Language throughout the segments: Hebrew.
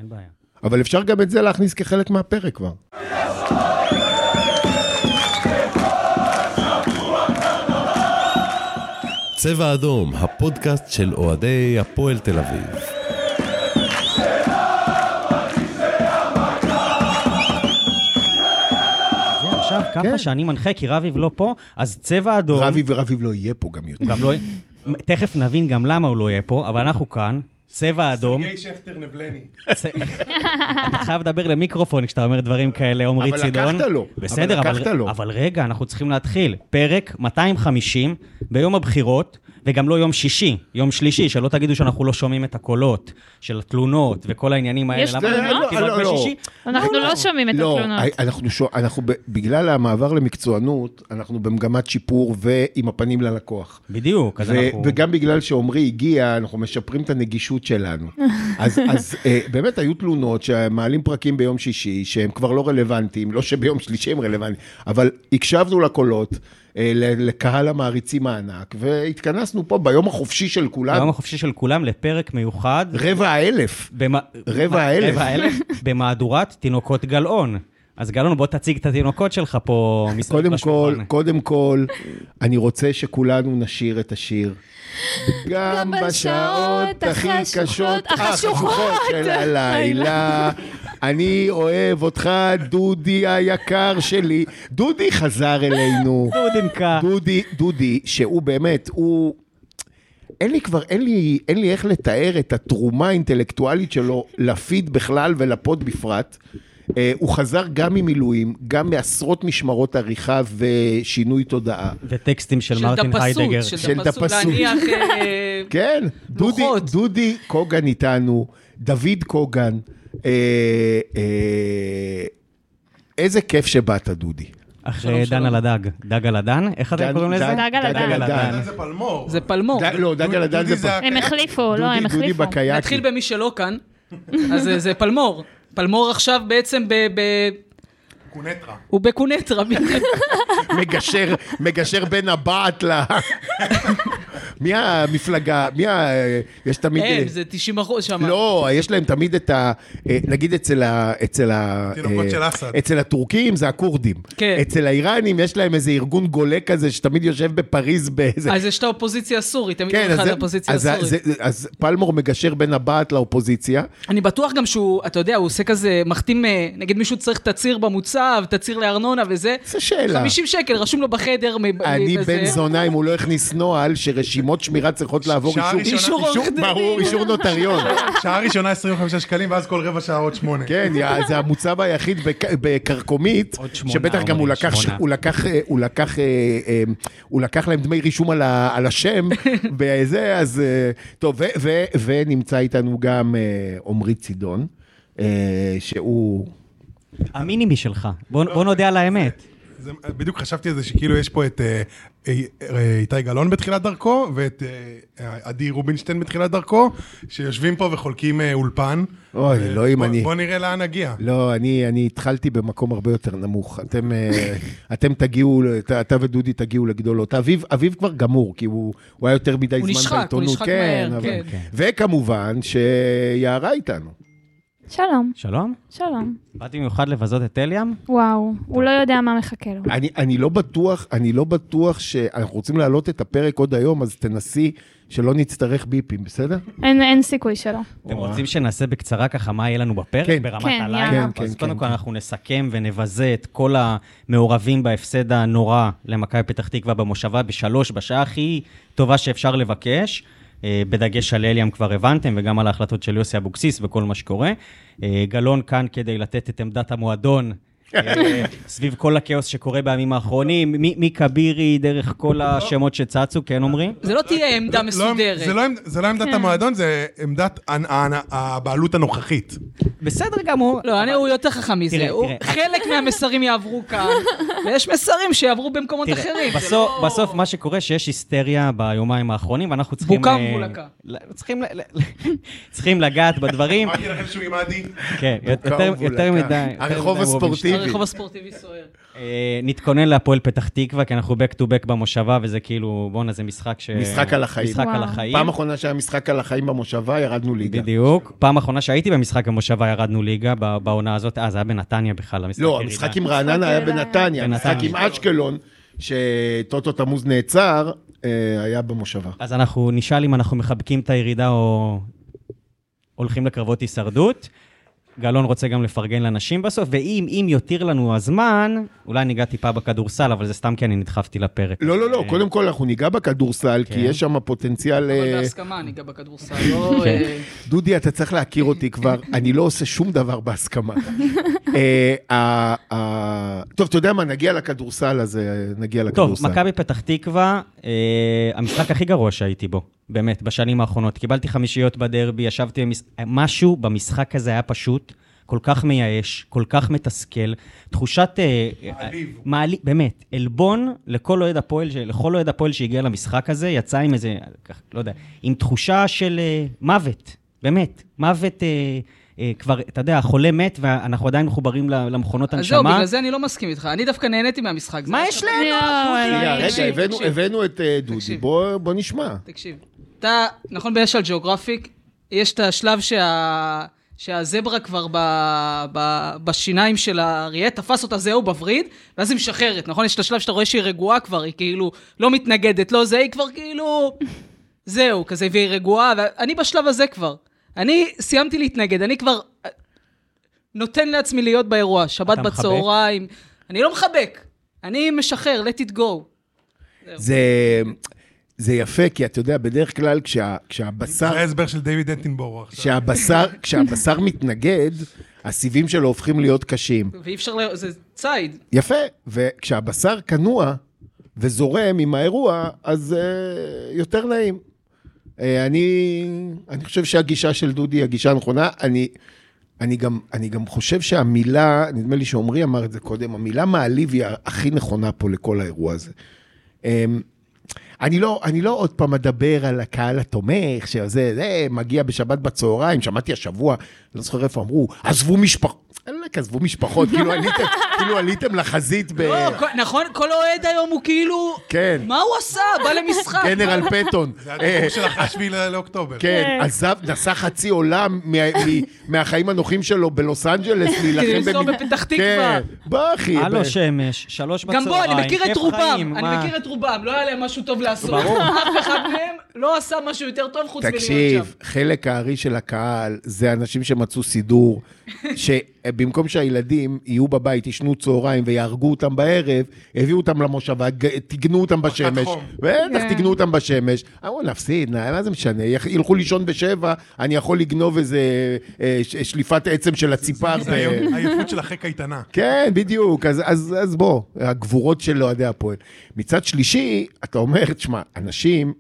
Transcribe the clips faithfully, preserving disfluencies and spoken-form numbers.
אין בעיה. אבל אפשר גם את זה להכניס כחלק מהפרק כבר. צבע אדום, הפודקאסט של אוהדי הפועל תל אביב. עכשיו, ככה שאני מנחה, כי רביב לא פה, אז צבע אדום... רביב ורביב לא יהיה פה גם יותר. גם לא... תכף נבין גם למה הוא לא יהיה פה, אבל אנחנו כאן, צבע אדום... סרגי שכטר נבלני. אתה חייב לדבר למיקרופון כשאתה אומר דברים כאלה, עומרי צידון. אבל לקחת לו. בסדר, אבל רגע, אנחנו צריכים להתחיל. פרק מאתיים וחמישים ביום הבחירות, וגם לא יום שישי, יום שלישי, שלא תגידו שאנחנו לא שומעים את הקולות של התלונות וכל העניינים האלה. יש תלונות? אנחנו לא שומעים את התלונות. לא, אנחנו, בגלל המעבר למקצוענות, אנחנו במגמת שיפור ועם הפנים ללקוח. בדיוק. וגם בגלל שעומרי הגיע, אנחנו משפרים את הנגישות שלנו. אז באמת היו תלונות שמעלים פרקים ביום שישי, שהם כבר לא רלוונטיים, לא שביום שלישי הם רלוונטיים, אבל הקשבנו לקולות, לקהל המעריצים הענק, והתכנסנו פה ביום החופשי של כולם. ביום החופשי של כולם לפרק מיוחד. רבע האלף. רבע האלף. רבע האלף, במהדורת תינוקות גלאון. אז גלאון, בוא תציג את התינוקות שלך פה. קודם כל, קודם כל, אני רוצה שכולנו נשיר את השיר. גם בשעות הכי קשות, החשוכות של הלילה. אני אוהב אותך, דודי היקר שלי. דודי חזר אלינו. דודינקה. דודי, דודי, שהוא באמת, הוא... אין לי כבר, אין לי, אין לי איך לתאר את התרומה האינטלקטואלית שלו לפיד בכלל ולפוד בפרט. הוא חזר גם ממילואים, גם מעשרות משמרות עריכה ושינוי תודעה. וטקסטים של מרטין היידגר. של דפסות, להניח כן, דודי, דודי קוגן איתנו, דוד קוגן. איזה כיף שבאת, דודי. אחרי דן על הדג. דג על הדן? איך אתם קוראים לזה? דג על הדן. דן זה פלמור. זה פלמור. לא, דג על הדן זה... הם החליפו, לא, הם החליפו. דודי בקייקים. נתחיל במי שלא כאן, אז זה פלמור. פלמור עכשיו בעצם ב... קונטרה. הוא בקונטרה. מגשר, מגשר בין הבעת ל... מי המפלגה, מי ה... יש תמיד... הם, זה תשעים אחוז שם. לא, יש להם תמיד את ה... נגיד אצל ה... אצל ה... תינוקות של אסד. אצל הטורקים זה הקורדים. כן. אצל האיראנים יש להם איזה ארגון גולה כזה שתמיד יושב בפריז באיזה... אז יש את האופוזיציה הסורית, תמיד כן, אחד האופוזיציה הסורית. אז פלמור מגשר בין הבעת לאופוזיציה. אני בטוח גם שהוא, אתה יודע, הוא עושה כזה, מחתים, נגיד מישהו צריך תציר במוצב, תציר לארנונה וזה. זה שאלה. חמישים שקל, רשום לו בחדר. אני בן זונה אם הוא לא הכניס נוהל שרשימות שמירה צריכות לעבור אישור, ברור, אישור נוטריון. שעה ראשונה עשרים וחמישה שקלים, ואז כל רבע שעה עוד שמונה. כן, זה המוצב היחיד בקרקומית, שבטח גם הוא לקח, הוא לקח, הוא לקח, הוא לקח להם דמי רישום על השם, וזה, אז, טוב, ונמצא איתנו גם עומרי צידון, שהוא... המינימי שלך, בוא נודה על האמת. בדיוק חשבתי על זה שכאילו יש פה את איתי גלאון בתחילת דרכו, ואת עדי רובינשטיין בתחילת דרכו, שיושבים פה וחולקים אולפן. אוי, אלוהים, אני... בוא נראה לאן נגיע. לא, אני התחלתי במקום הרבה יותר נמוך. אתם תגיעו, אתה ודודי תגיעו לגדולות. אביב כבר גמור, כי הוא היה יותר מדי זמן בעיתונות. הוא נשחק מהר, כן. וכמובן שיערה איתנו. שלום. שלום? שלום. באתי מיוחד לבזות את אליאם? וואו, הוא לא יודע מה מחכה לו. אני, אני לא בטוח, אני לא בטוח שאנחנו רוצים להעלות את הפרק עוד היום, אז תנסי שלא נצטרך ביפים, בסדר? אין, אין סיכוי שלא. אתם רוצים שנעשה בקצרה ככה מה יהיה לנו בפרק? כן. ברמת כן, הלילה? כן, אז כן, קודם כן, כל כן. אנחנו נסכם ונבזה את כל המעורבים בהפסד הנורא למכבי פתח תקווה במושבה בשלוש, בשעה הכי טובה שאפשר לבקש. בדגש על אליאם כבר הבנתם, וגם על ההחלטות של יוסי אבוקסיס וכל מה שקורה. גלאון כאן כדי לתת את עמדת המועדון, סביב כל הכאוס שקורה בימים האחרונים, מקבירי דרך כל השמות שצצו, כן אומרים? זה לא תהיה עמדה מסודרת. זה לא עמדת המועדון, זה עמדת הבעלות הנוכחית. בסדר גמור. לא, הוא יותר חכם מזה. חלק מהמסרים יעברו כאן, ויש מסרים שיעברו במקומות אחרים. בסוף מה שקורה שיש היסטריה ביומיים האחרונים, ואנחנו צריכים... בוקה מבולקה. צריכים לגעת בדברים. אמרתי לכם שהוא עם עדי. כן, יותר מדי. הרחוב הספורטיבי. הרחוב הספורטיבי סוער. נתכונן להפועל פתח תקווה, כי אנחנו back to back במושבה, וזה כאילו, בוא'נה, זה משחק ש... משחק על החיים. משחק על החיים. פעם אחרונה שהיה משחק על החיים במושבה, ירדנו ליגה. בדיוק. פעם אחרונה שהייתי במשחק במושבה, ירדנו ליגה בעונה הזאת. אה, זה היה בנתניה בכלל, המשחק לא, המשחק עם רעננה היה בנתניה. המשחק עם אשקלון, שטוטו תמוז נעצר, היה במושבה. אז אנחנו נשאל אם אנחנו מחבקים את הירידה או הולכים לקרבות הישרדות. גלון רוצה גם לפרגן לאנשים בסוף, ואם אם יותיר לנו הזמן, אולי ניגע טיפה בכדורסל, אבל זה סתם כי אני נדחפתי לפרק. לא, לא, לא, קודם כל אנחנו ניגע בכדורסל, כי יש שם פוטנציאל... אבל בהסכמה ניגע בכדורסל, לא... דודי, אתה צריך להכיר אותי כבר, אני לא עושה שום דבר בהסכמה. טוב, אתה יודע מה, נגיע לכדורסל, אז נגיע לכדורסל. טוב, מכבי פתח תקווה, המשחק הכי גרוע שהייתי בו, באמת, בשנים האחרונות. קיבלתי חמישיות בדרבי, ישבתי משהו במשחק הזה היה פשוט, כל כך מייאש, כל כך מתסכל, תחושת... מעליב. מעליב, באמת, אלבון לכל אוהד הפועל, לכל אוהד הפועל שהגיע למשחק הזה, יצא עם איזה, לא יודע, עם תחושה של מוות, באמת, מוות... כבר, אתה יודע, החולה מת, ואנחנו עדיין מחוברים למכונות הנשמה. אז זהו, בגלל זה אני לא מסכים איתך. אני דווקא נהניתי מהמשחק. מה יש ליהנות? רגע, הבאנו את דודי, בוא נשמע. תקשיב. אתה, נכון, ב-National Geographic, יש את השלב שהזברה כבר בשיניים של האריה, תפס אותה זהו בווריד, ואז היא משחררת, נכון? יש את השלב שאתה רואה שהיא רגועה כבר, היא כאילו לא מתנגדת, לא זה, היא כבר כאילו... זהו, כזה, והיא רגועה, ואני בשלב הזה כבר. אני סיימתי להתנגד, אני כבר נותן לעצמי להיות באירוע, שבת בצהריים. אני לא מחבק, אני משחרר, let it go. זה, זה יפה, כי אתה יודע, בדרך כלל כשה, כשהבשר... זה ההסבר של דיוויד אטנבורו. כשהבשר, כשהבשר מתנגד, הסיבים שלו הופכים להיות קשים. ואי אפשר, זה צייד. יפה, וכשהבשר כנוע וזורם עם האירוע, אז uh, יותר נעים. אני, אני חושב שהגישה של דודי היא הגישה הנכונה, אני, אני גם, אני גם חושב שהמילה, נדמה לי שעומרי אמר את זה קודם, המילה מעליב היא הכי נכונה פה לכל האירוע הזה. אני לא, אני לא עוד פעם מדבר על הקהל התומך, שזה, זה, מגיע בשבת בצהריים, שמעתי השבוע, לא זוכר איפה אמרו, עזבו משפחות, עזבו משפחות, כאילו עליתם, כאילו עליתם לחזית ב... לא, נכון, כל אוהד היום הוא כאילו, כן. מה הוא עשה? בא למשחק. גנרל פטון. זה הדבר של השביעי לאוקטובר. כן, עזב, נסע חצי עולם מהחיים הנוחים שלו בלוס אנג'לס, כדי לנסוע בפתח תקווה. כן, בוא אחי. הלו שמש, שלוש בצהריים. גם בוא, אני מכיר את רובם, אני מכיר את רובם, לא היה להם משהו טוב לעשות. אף אחד מהם לא עשה משהו יותר טוב חוץ מלהיות שם. תקשיב, חלק הארי של הקהל זה אנשים שמצאו סידור, שבמקום שהילדים יהיו בבית, ישנו צהריים ויהרגו אותם בערב, הביאו אותם למושבה, תגנו אותם בשמש, בטח תגנו אותם בשמש, אמרו נפסיד, מה זה משנה, ילכו לישון בשבע, אני יכול לגנוב איזה שליפת עצם של הציפר. זה העייפות של אחרי קייטנה. כן, בדיוק, אז בוא, הגבורות של אוהדי הפועל. מצד שלישי, אתה אומר, תשמע, אנשים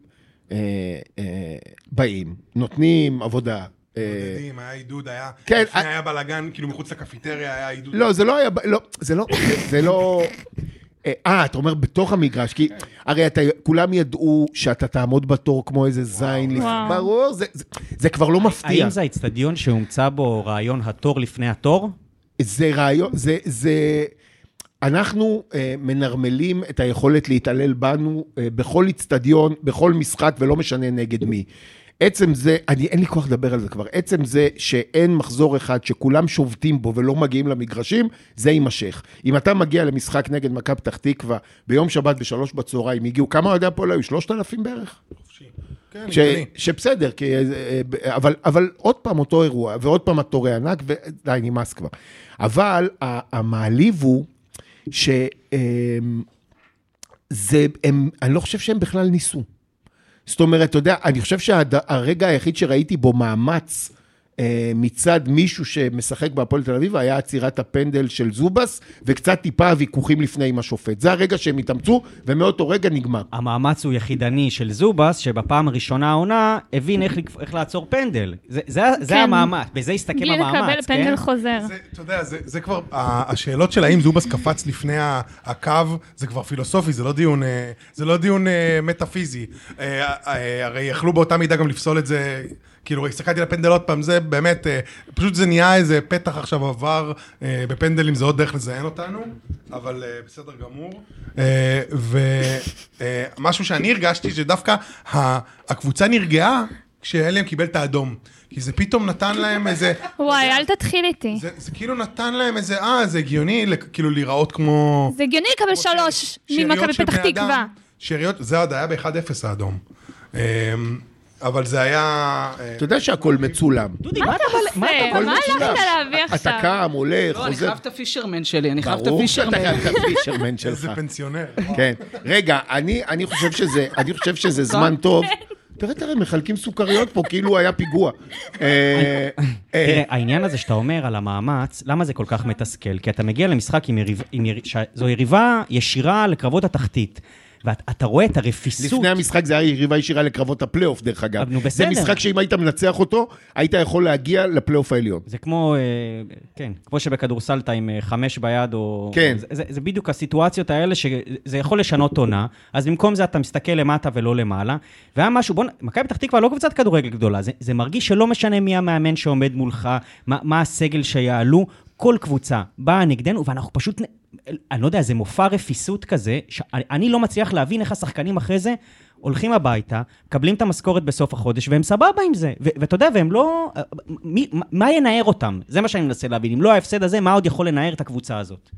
באים, נותנים עבודה, עודדים, היה עידוד, היה... כן. לפני היה בלגן, כאילו מחוץ לקפיטריה היה עידוד. לא, זה לא היה... לא, זה לא... זה לא... אה, אתה אומר בתוך המגרש, כי הרי כולם ידעו שאתה תעמוד בתור כמו איזה זין. ברור, זה כבר לא מפתיע. האם זה האצטדיון שהומצא בו רעיון התור לפני התור? זה רעיון... זה... אנחנו מנרמלים את היכולת להתעלל בנו בכל אצטדיון, בכל משחק, ולא משנה נגד מי. עצם זה, אני, אין לי כוח לדבר על זה כבר, עצם זה שאין מחזור אחד שכולם שובתים בו ולא מגיעים למגרשים, זה יימשך. אם אתה מגיע למשחק נגד מכבי פתח תקווה, ביום שבת בשלוש בצהריים, הגיעו כמה אוהדי הפועל היו? שלושת אלפים בערך? כן, ש, שבסדר, כי, אבל, אבל עוד פעם אותו אירוע, ועוד פעם התורי ענק, ודי, נמאס כבר. אבל המעליב הוא, שזה, הם, אני לא חושב שהם בכלל ניסו. זאת אומרת, אתה יודע, אני חושב שהרגע היחיד שראיתי בו מאמץ אה, מצד מישהו שמשחק בהפועל תל אביב, היה עצירת הפנדל של זובס, וקצת טיפה הוויכוחים לפני עם השופט. זה הרגע שהם התאמצו, ומאותו רגע נגמר. המאמץ הוא יחידני של זובס, שבפעם הראשונה העונה, הבין איך, איך לעצור פנדל. זה, זה, זה כן. המאמץ, בזה הסתכם המאמץ. בלי לקבל פנדל כן? חוזר. זה, אתה יודע, זה, זה כבר, השאלות של האם זובס קפץ לפני הקו, זה כבר פילוסופי, זה לא דיון, זה לא דיון מטאפיזי. הרי יכלו באותה מידה גם לפסול את זה, כאילו, הסתכלתי לפנדל עוד פעם, זה באמת, פשוט זה נהיה איזה פתח עכשיו עבר, בפנדלים זה עוד דרך לזיין אותנו, אבל בסדר גמור. ומשהו שאני הרגשתי, שדווקא הקבוצה נרגעה, כשאליהם קיבל את האדום. כי זה פתאום נתן להם איזה... וואי, אל תתחיל איתי. זה, זה כאילו נתן להם איזה, אה, זה הגיוני, כאילו להיראות כמו... זה הגיוני לקבל שלוש ממכבי פתח תקווה. שאריות, זה עוד היה ב-אחד אפס האדום. אבל זה היה... אתה יודע שהכל מצולם. דודי, מה אתה בא... מה הלכת להביא עכשיו? אתה קם, הולך, לא, אני חוזר. חייב את הפישרמן שלי, אני חייב את ברור הפישרמן. שאתה חייב את הפישרמן שלך. איזה פנסיונר. כן. רגע, אני, אני חושב שזה, אני חושב שזה זמן טוב. תראה, תראה, מחלקים סוכריות פה, כאילו היה פיגוע. תראה, העניין הזה שאתה אומר על המאמץ, למה זה כל כך מתסכל? כי אתה מגיע למשחק עם יריבה, זו יריבה ישירה לקרבות התחתית. ואתה רואה את הרפיסות. לפני המשחק זה היה יריבה ישירה לקרבות הפלייאוף, דרך אגב. נו, בסדר. זה משחק שאם היית מנצח אותו, היית יכול להגיע לפלייאוף העליון. זה כמו, כן, כמו שבכדורסל אתה עם חמש ביד, או... כן. זה, זה בדיוק הסיטואציות האלה שזה יכול לשנות עונה, אז במקום זה אתה מסתכל למטה ולא למעלה, והיה משהו, בוא, מכבי פתח תקווה לא קבוצת כדורגל גדולה, זה, זה מרגיש שלא משנה מי המאמן שעומד מולך, מה, מה הסגל שיעלו, כל קבוצה באה נגדנו, ואנחנו פשוט, אני לא יודע, זה מופע רפיסות כזה, שאני לא מצליח להבין איך השחקנים אחרי זה הולכים הביתה, מקבלים את המשכורת בסוף החודש, והם סבבה עם זה. ואתה יודע, והם לא... מי, מה ינער אותם? זה מה שאני מנסה להבין. אם לא ההפסד הזה, מה עוד יכול לנער את הקבוצה הזאת?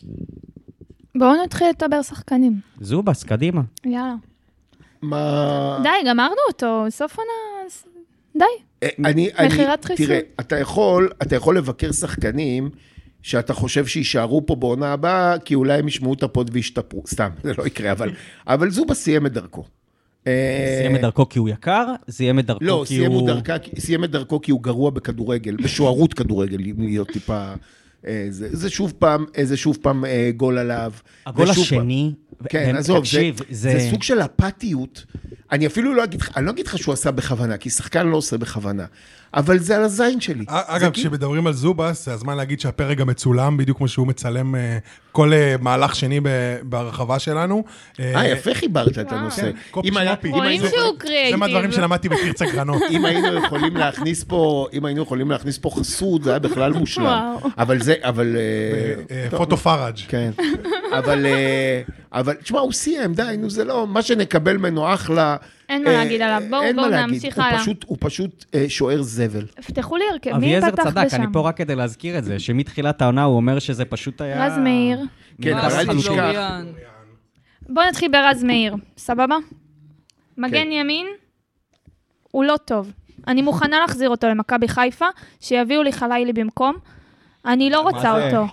בואו נתחיל לדבר שחקנים. זובס, קדימה. יאללה. מה... די, גמרנו אותו, סוף עונה... די. אני, מחירת חיסון. תראה, אתה יכול, אתה יכול לבקר שחקנים שאתה חושב שישארו פה בעונה הבאה, כי אולי הם ישמעו את הפוד וישתפרו. סתם, זה לא יקרה, אבל, אבל זובה סיים את דרכו. סיים את דרכו כי הוא יקר? סיים את דרכו לא, כי הוא... לא, סיים את דרכו כי הוא גרוע בכדורגל, בשוערות כדורגל, אם להיות טיפה... זה, זה שוב פעם, זה שוב פעם גול עליו. הגול השני... כן, עזוב, זה, זה... זה סוג של אפתיות. אני אפילו לא אגיד, אני לא אגיד לך שהוא עשה בכוונה, כי שחקן לא עושה בכוונה, אבל זה על הזין שלי. אגב, כשמדברים על זובס, זה הזמן להגיד שהפרק גם מצולם, בדיוק כמו שהוא מצלם כל מהלך שני ברחבה שלנו. אה, יפה חיברת את הנושא. רואים שהוא קריאייטיב. זה מהדברים שלמדתי בקרצה גרנות. אם היינו יכולים להכניס פה, אם היינו יכולים להכניס פה חסות, זה היה בכלל מושלם. אבל זה, אבל... פוטו פראג'. כן. אבל... אבל, תשמע, הוא סיים, די, נו, זה לא, מה שנקבל ממנו אחלה... אין מה להגיד עליו, בואו נמשיך הלאה. הוא פשוט שוער זבל. פתחו לי הרכב, מי אביעזר פתח צדק, בשם? אני פה רק כדי להזכיר את זה, שמתחילת העונה הוא אומר שזה פשוט היה... רז מאיר. כן, אבל אל תשכח. בואו נתחיל ברז מאיר, סבבה? מגן ימין, הוא לא טוב. אני מוכנה להחזיר אותו למכבי חיפה, שיביאו לי חלילי במקום. אני לא רוצה אותו.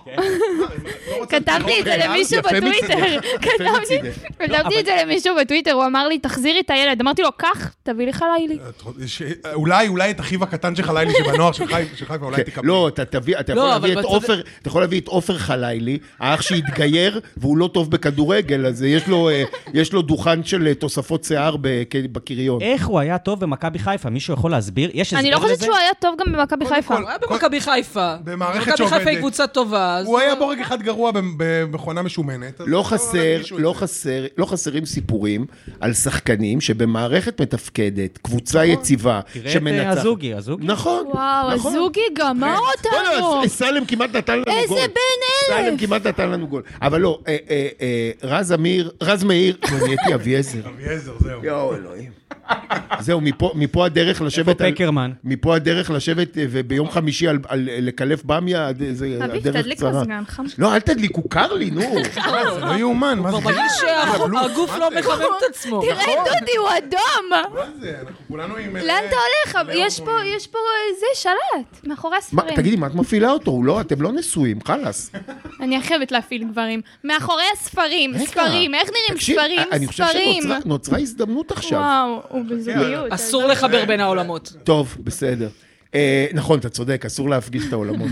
כתבתי את זה למישהו בטוויטר. כתבתי את זה למישהו בטוויטר, הוא אמר לי, תחזירי את הילד. אמרתי לו, קח, תביא לי חלילי. אולי, אולי את אחיו הקטן של חלילי שבנוער של חיפה, אולי תקבל. לא, אתה יכול להביא את עופר חלילי, האח שהתגייר, והוא לא טוב בכדורגל, אז יש לו דוכן של תוספות שיער בקריון. איך הוא היה טוב במכבי חיפה? מישהו יכול להסביר? אני לא חושבת שהוא היה טוב גם במכבי חיפה. הוא היה במכבי חיפה. במערכת מכבי חיפה היא קבוצה טובה. הוא היה בורג אחד גרוע במכונה משומנת. לא חסר, לא חסר, לא חסרים סיפורים על שחקנים שבמערכת מתפקדת, קבוצה יציבה, שמנצחת. תראה את הזוגי, הזוגי. נכון. וואו, הזוגי גמר אותנו. סלם כמעט נתן לנו גול. איזה בן אלף. סלם כמעט נתן לנו גול. אבל לא, רז אמיר, רז מאיר, נהייתי אביעזר. אביעזר, זהו. יואו, אלוהים. זהו, מפה, מפה הדרך לשבת... איפה פקרמן? מפה הדרך לשבת וביום חמישי על, על לקלף במיה, זה הדרך צרה. אביב, תדליק מזגן, חם. לא, אל תדליק, הוא קר לי, נו. זה לא יאומן, מה זה? הוא מרגיש שהגוף לא מחמם את עצמו. תראה, דודי, הוא אדום. מה זה? אנחנו כולנו עם... לאן אתה הולך? יש פה זה שלט, מאחורי הספרים. תגידי, מה את מפעילה אותו? אתם לא נשואים, חלאס. אני חייבת להפעיל גברים. מאחורי הספרים, ספרים, איך נראים ספרים? אני חושב שנוצרה הזדמנות עכשיו. וואו, הוא בזוגיות. אסור לחבר בין העולמות. טוב, בסדר. נכון, אתה צודק, אסור להפגיש את העולמות.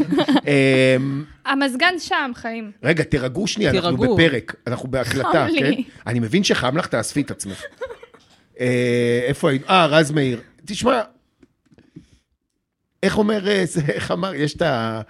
המזגן שם, חיים. רגע, תרגעו שנייה, אנחנו בפרק, אנחנו בהקלטה, כן? אני מבין שחם לך, תאספי את עצמך. איפה היינו? אה, רז מאיר. תשמע, איך אומר, איך אמר, יש את ה...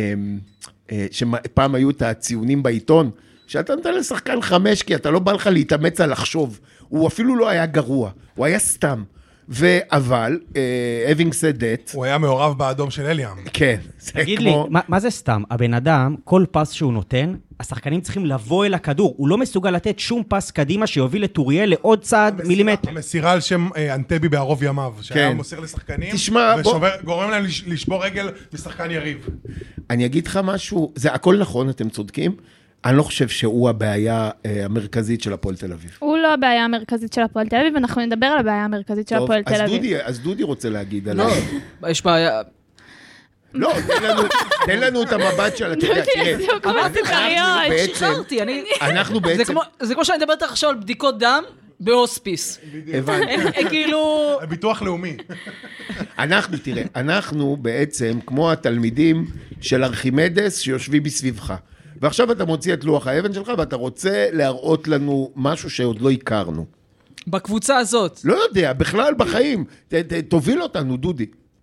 שפעם היו את הציונים בעיתון, שאתה נותן לשחקן חמש, כי אתה לא בא לך להתאמץ על לחשוב. הוא אפילו לא היה גרוע, הוא היה סתם. אבל, having said that, הוא היה מעורב באדום של אליאם. כן, זה תגיד לי, כמו... מה, מה זה סתם? הבן אדם, כל פס שהוא נותן, השחקנים צריכים לבוא אל הכדור. הוא לא מסוגל לתת שום פס קדימה שיוביל את אוריאל לעוד צעד מילימטר. המסירה על שם אנטבי בערוב ימיו, שהיה כן. מוסר לשחקנים, תשמע, בוא... וגורם להם לשבור רגל משחקן יריב. אני אגיד לך משהו, זה הכל נכון, אתם צודקים, אני לא חושב שהוא הבעיה המרכזית של הפועל תל אביב. הוא לא הבעיה המרכזית של הפועל תל אביב, ואנחנו נדבר על הבעיה המרכזית של הפועל תל אביב. דודי, אז דודי רוצה להגיד עליו. לא, יש בעיה... לא, תן לנו את המבט של... דודי, עשו כמו סוכריות. שחררתי, אני... אנחנו בעצם... זה כמו שאני מדברת עכשיו על בדיקות דם בהוספיס. הבנתי. כאילו... ביטוח לאומי. אנחנו, תראה, אנחנו בעצם כמו התלמידים של ארכימדס שיושבים בסביבך. ועכשיו אתה מוציא את לוח האבן שלך, ואתה רוצה להראות לנו משהו שעוד לא הכרנו. בקבוצה הזאת. לא יודע, בכלל בחיים. ת, ת, תוביל אותנו, דודי.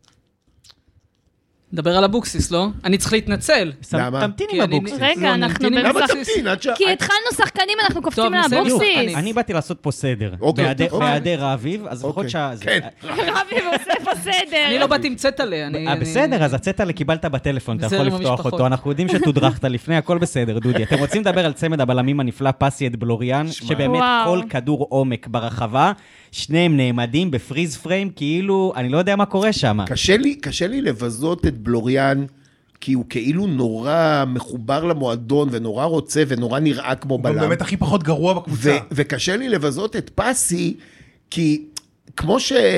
דבר על אבוקסיס, לא? אני צריך להתנצל. למה? תמתין כי עם אני- אבוקסיס. רגע, לא, אנחנו נמתין עם למה במשחק... תמתין? עד ש... כי התחלנו שחקנים, אנחנו קופצים טוב, בסדר. לאבוקסיס. אני באתי לעשות פה סדר. אוקיי, בהיעדר- אוקיי. בהיעדר האביב, אז לפחות אוקיי. שעה... זה- כן. רבי עושה פה סדר. אני לא באתי עם צטלה. אני- אה, אני- בסדר, אז הצטלה קיבלת בטלפון, אתה יכול בסדר, לפתוח המשפחות. אותו, אנחנו יודעים שתודרכת לפני, הכל בסדר, דודי. אתם רוצים לדבר על צמד הבלמים הנפלא, פסי את בלוריאן, שבאמת וואו. כל כדור עומק ברחבה, שניהם נעמדים בפריז פריים, כאילו, אני לא יודע מה קורה שם. קשה לי, קשה לי לבזות את בלוריאן, כי הוא כאילו נורא מחובר למועדון, ונורא רוצה, ונורא נראה כמו הוא בלם. באמת הכי פחות גרוע בקבוצה. ו- וקשה לי לבזות את פסי, כי כמו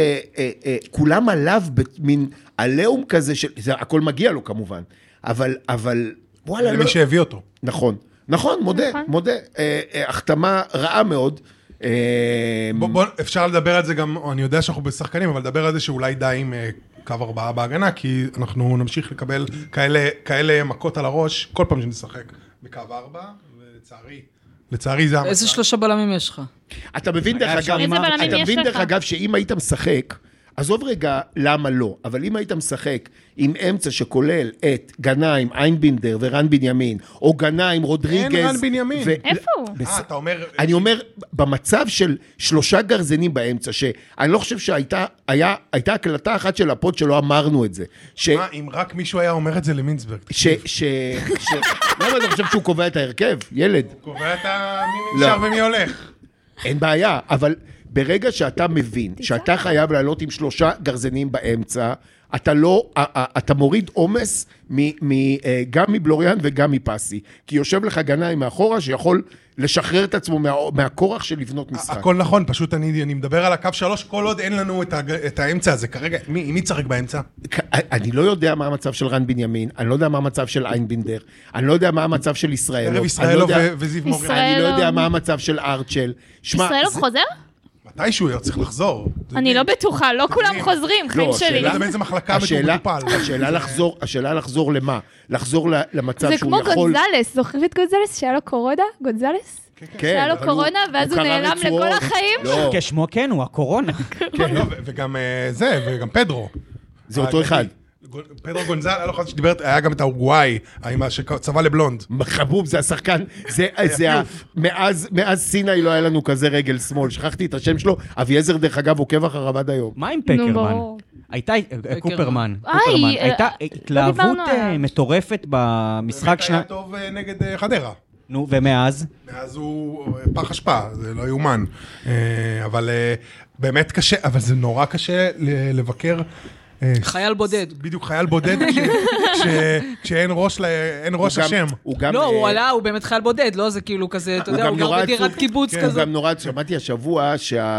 שכולם עליו במין עליהום כזה, של, זה הכל מגיע לו כמובן, אבל, אבל וואלה, לא... למי שהביא אותו. נכון, נכון, מודה, נכון. מודה. אה, אה, החתמה רעה מאוד. אה, בוא, בוא, אפשר לדבר על זה גם, אני יודע שאנחנו בשחקנים, אבל לדבר על זה שאולי די עם אה, קו ארבעה בהגנה, כי אנחנו נמשיך לקבל כאלה, כאלה מכות על הראש, כל פעם שנשחק בקו ארבע, ולצערי, לצערי זה המצב. איזה שלושה בלמים יש לך? אתה מבין דרך אפשר אגב, עם איזה בלמים אתה יש מבין לך? דרך אגב שאם היית משחק, עזוב רגע למה לא, אבל אם היית משחק עם אמצע שכולל את גנאים, איינבינדר ורן בנימין, או גנאים, רודריגז... אין רן בנימין. ו- איפה הוא? בס- אה, אתה אומר... אני אומר, במצב של שלושה גרזנים באמצע, שאני לא חושב שהייתה היה, הייתה הקלטה אחת של הפוד שלא אמרנו את זה. ש... מה, אם רק מישהו היה אומר את זה למינסברג? ש... ש... ש... למה אתה חושב שהוא קובע את ההרכב? ילד. קובע את ה... מי לא. נשאר ומי הולך. אין בעיה, אבל ברגע שאתה מבין שאתה חייב לעלות עם שלושה גרזנים באמצע, אתה לא, אתה מוריד עומס מ- מ- גם מבלוריאן וגם מפסי, כי יושב לך גנאים מאחורה שיכול לשחרר את עצמו מה, מהכורח של לבנות משחק. הכל נכון, פשוט אני, אני מדבר על הקו שלוש, כל עוד אין לנו את, הג... את האמצע הזה. כרגע, מי, מי צחק באמצע? אני לא יודע מה המצב של רן בנימין, אני לא יודע מה המצב של איינבינדר, אני לא יודע מה המצב של ישראלוב, ערב אני לא ישראלוב יודע- ו- וזיו מורגן. ישראל- אני לא יודע מה המצב של ארצ'ל. שמע, ישראלוב זה- חוזר? מתישהו הוא צריך לחזור. אני לא בטוחה, לא כולם חוזרים, חיים לא, שלי. לא יודע באיזה מחלקה השאלה, מטופל. השאלה לחזור, השאלה לחזור למה? לחזור ל- למצב זה שהוא כמו יכול... גונזלס, זוכרים את גונזלס שהיה לו קורונה? גונזלס? כן, שהיה לו אבל קורונה, הוא- ואז הוא קרע נעלם רצועות. לכל החיים? לא, כשמו כן הוא, הקורונה. כן, לא, ו- וגם אה, זה, וגם פדרו. זה אותו אחד. גו- פדרו גונזל, אני לא חושב שדיבר, היה גם את האורוגוואי, עם ה- שצבע לבלונד. חבוב, זה השחקן, זה, זה ה... מאז, מאז סיני לא היה לנו כזה רגל שמאל, שכחתי את השם שלו, אביעזר דרך אגב עוקב אחריו עד היום. מה עם נו, פקרמן? ברור. הייתה, קופרמן, איי, קופרמן, אה, הייתה לא התלהבות דיברנו אה, עליו. מטורפת במשחק באמת שנה, היה טוב אה, נגד אה, חדרה. נו, ומאז? מאז הוא אה, פח אשפה, זה לא יאומן. אה, אבל אה, באמת קשה, אבל זה נורא קשה ל- לבקר. אה, חייל בודד. בדיוק, חייל בודד, כש- כש- כשאין ראש ל- אין ראש הוא גם- השם. הוא גם... לא, אה, הוא עלה, הוא באמת חייל בודד, לא? זה כאילו כזה, אתה הוא יודע, גם הוא גר נורא בדירת עצוב. קיבוץ הוא כזה. גם נורא, שמעתי השבוע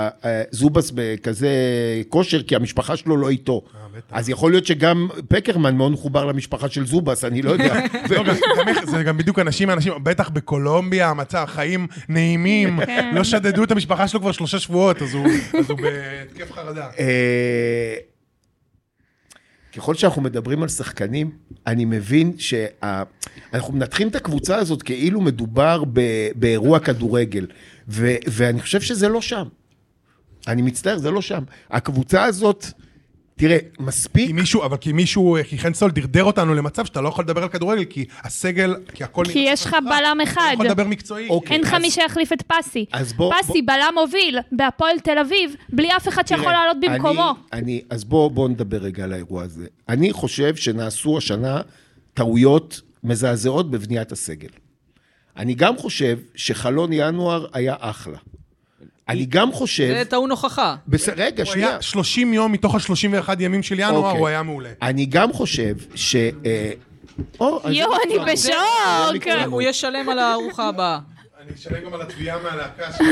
שהזובס בכזה כושר, כי המשפחה שלו לא איתו. אז יכול להיות שגם פקרמן מאוד מחובר למשפחה של זובס, אני לא יודע. לא, גם- גם איך- זה גם בדיוק אנשים, אנשים, בטח בקולומביה, המצב, חיים נעימים, כן. לא שדדו את המשפחה שלו כבר שלושה שבועות, אז הוא אז הוא בהתקף חרדה. אה, ככל שאנחנו מדברים על שחקנים, אני מבין שאנחנו מנתחים את הקבוצה הזאת כאילו מדובר ב- באירוע כדורגל, ו- ואני חושב שזה לא שם. אני מצטער, זה לא שם. הקבוצה הזאת תראה, מספיק... כי מישהו, אבל כי מישהו, כי חן סול דרדר אותנו למצב שאתה לא יכול לדבר על כדורגל, כי הסגל, כי הכל... כי יש לך בלם אחד. אתה יכול לדבר מקצועי. אין לך מי שיחליף את פסי. אז בוא... פסי בלם מוביל בהפועל תל אביב, בלי אף אחד שיכול לעלות במקומו. אני, אז בוא, בוא נדבר רגע על האירוע הזה. אני חושב שנעשו השנה טעויות מזעזעות בבניית הסגל. אני גם חושב שחלון ינואר היה אחלה. אני גם חושב... זה טעון הוכחה. בס... רגע, הוא שנייה. היה שלושים יום מתוך ה-שלושים ואחד ימים של ינואר, אוקיי. הוא היה מעולה. אני גם חושב ש... אה, או, אז יואו, זה אני מצוין. בשוק. הוא ישלם על הארוחה הבאה. אני אשלם גם על התביעה מהלהקה של...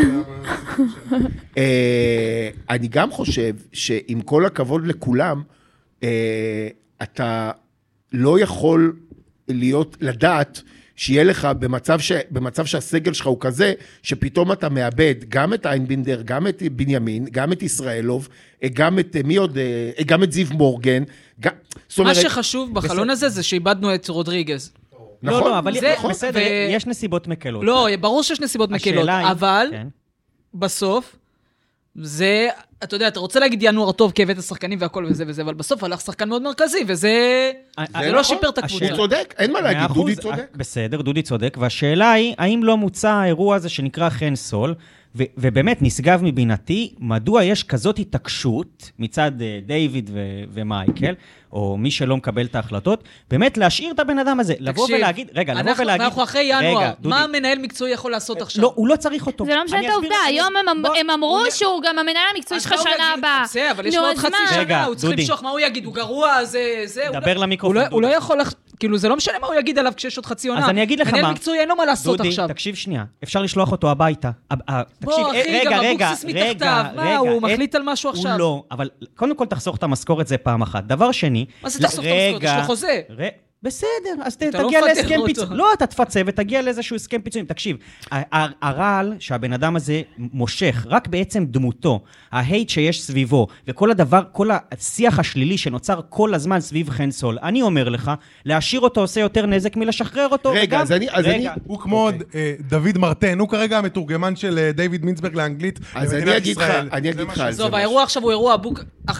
אה, אני גם חושב שעם כל הכבוד לכולם, אה, אתה לא יכול להיות, לדעת, שיהיה לך במצב, ש... במצב שהסגל שלך הוא כזה, שפתאום אתה מאבד גם את איינבינדר, גם את בנימין, גם את ישראלוב, גם את מי עוד, גם את זיו מורגן. גם... מה אומרת... שחשוב בחלון הזה זה שאיבדנו את רודריגז. נכון, לא, לא, אבל זה, נכון, בסדר, ו... יש נסיבות מקלות. לא, ברור שיש נסיבות מקלות, היא... אבל כן. בסוף, זה, אתה יודע, אתה רוצה להגיד ינואר טוב כי הבאת השחקנים והכל וזה וזה, אבל בסוף הלך שחקן מאוד מרכזי, וזה זה לא שיפר את הקבוצה. הוא צודק, אין מה להגיד, דודי צודק. בסדר, דודי צודק, והשאלה היא, האם לא מוצא האירוע הזה שנקרא חן סול, ו- ובאמת נשגב מבינתי, מדוע יש כזאת התעקשות מצד uh, דיוויד ו- ומייקל, או מי שלא מקבל את ההחלטות, באמת להשאיר את הבן אדם הזה, לבוא ולהגיד, רגע, לבוא אנחנו, ולהגיד, ואנחנו אחרי ינואר, רגע, דודי, מה המנהל מקצועי יכול לעשות עכשיו? לא, הוא לא צריך אותו. זה לא משנה את העובדה, היום הם, בוא, הם אמרו הוא... שהוא גם המנהל המקצועי שלך שנה הבאה. בסדר, אבל יש לו עוד חצי שנה, רגע, הוא צריך דודי. למשוך, מה הוא יגיד? הוא גרוע, זה... זה דבר הוא למיקרופון, הוא לא, הוא לא דודי. יכול... לח... כאילו, זה לא משנה מה הוא יגיד עליו כשיש עוד חצי עונה. אז אני אגיד לך מה. מנהל מקצועי אין לו מה לעשות דודי, עכשיו. תקשיב שנייה, אפשר לשלוח אותו הביתה. בוא, תקשיב, אחי, רגע, גם רגע, אבוקסיס רגע, מתחתיו. מה, רגע, הוא אה, מחליט על משהו עכשיו? הוא לא, אבל קודם כל תחסוך את המשכורת זה פעם אחת. דבר שני... מה זה תחסוך את המשכורת? יש לו חוזה. ר... בסדר, אז אתה תגיע לא מפטר להסכם אותו. פיצויים. לא, אתה תפצה ותגיע לאיזשהו הסכם פיצויים. תקשיב, הרעל שהבן אדם הזה מושך, רק בעצם דמותו, ההייט שיש סביבו, וכל הדבר, כל השיח השלילי שנוצר כל הזמן סביב חן סול, אני אומר לך, להשאיר אותו עושה יותר נזק מלשחרר אותו. רגע, וגם... אז אני... אז רגע. אני... הוא כמו דוד מרטן, הוא כרגע המתורגמן של דיוויד מינצברג לאנגלית אז אני למדינת אגיד לך, ישראל. אני אגיד לך על זה. עזוב, האירוע עכשיו הוא אירוע אבוק...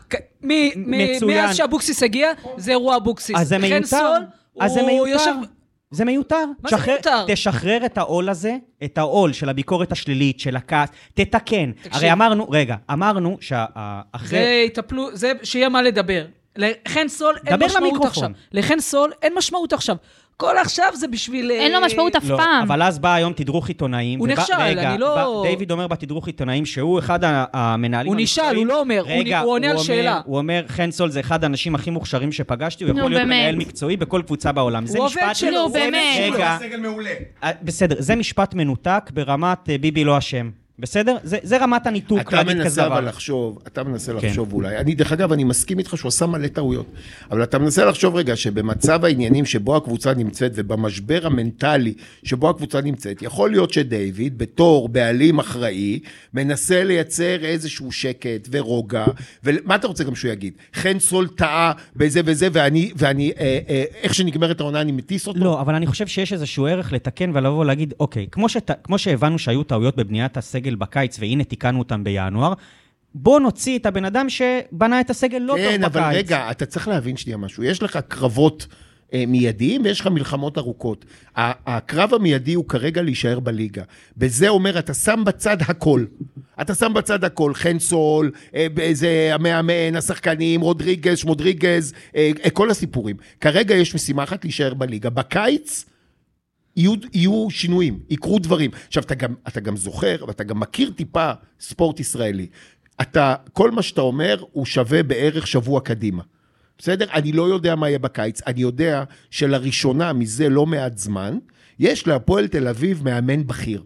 מצוין. מאז שאבוקסיס הגיע, זה אירוע אבוקסיס. אז זה חן מיותר. סול, אז זה הוא מיותר. יושב... זה מיותר. מה זה תשחרר- מיותר? תשחרר את העול הזה, את העול של הביקורת השלילית, של הכעס, תתקן. תקשיב. הרי אמרנו, רגע, אמרנו שאחרי... זה יטפלו, זה שיהיה מה לדבר. לחן סול אין דבר משמעות למיקרופון. עכשיו. לחן סול אין משמעות עכשיו. כל עכשיו זה בשביל... אין לו משמעות אף לא, פעם. אבל אז בא היום תדרוך עיתונאים. הוא ובא- נכשל, רגע, אני לא- בא- דיוויד אומר בתדרוך עיתונאים שהוא אחד ה- המנהלים הוא נשאל, הוא לא אומר, הוא רגע, נ- הוא עונה על אומר- שאלה. הוא אומר, חן סול זה אחד האנשים הכי מוכשרים שפגשתי, הוא נו, יכול להיות באמת. מנהל מקצועי בכל קבוצה בעולם. זה הוא משפט- עובד שלו, נו, הוא עובד באמת. שלו. רגע, סגל מעולה. אה, בסדר, זה משפט מנותק ברמת אה, ביבי לא אשם. בסדר? זה, זה רמת הניתוק אתה להגיד מנסה כזה אבל דבר. לחשוב, אתה מנסה כן. לחשוב אולי, אני דרך אגב, אני מסכים איתך שהוא עשה מלא טעויות, אבל אתה מנסה לחשוב רגע שבמצב העניינים שבו הקבוצה נמצאת ובמשבר המנטלי שבו הקבוצה נמצאת, יכול להיות שדיוויד בתור בעלים אחראי מנסה לייצר איזשהו שקט ורוגע, ומה אתה רוצה גם שהוא יגיד? חן סול טעה בזה וזה, ואני, ואני אה, אה, איך שנגמרת העונה אני מטיס אותו? לא, אבל אני חושב שיש איזשהו ערך לתקן ולבוא ולהגיד, אוקיי, כמו, שת, כמו שהבנו שהיו טעויות בבניית הסגל בקיץ, והנה תיקנו אותם בינואר, בוא נוציא את הבן אדם שבנה את הסגל לא כן, טוב בקיץ. אבל רגע, אתה צריך להבין שנייה משהו, יש לך קרבות אה, מיידיים ויש לך מלחמות ארוכות. הקרב המיידי הוא כרגע להישאר בליגה. בזה אומר, אתה שם בצד הכל. אתה שם בצד הכל, חן סול, אה, זה המאמן, השחקנים, רודריגז, שמודריגז, אה, אה, כל הסיפורים. כרגע יש משימה אחת להישאר בליגה. בקיץ, יהיו, יהיו שינויים, יקרו דברים. עכשיו, אתה גם, אתה גם זוכר, ואתה גם מכיר טיפה ספורט ישראלי. אתה, כל מה שאתה אומר, הוא שווה בערך שבוע קדימה. בסדר? אני לא יודע מה יהיה בקיץ. אני יודע שלראשונה, מזה לא מעט זמן, יש להפועל תל אביב מאמן בכיר.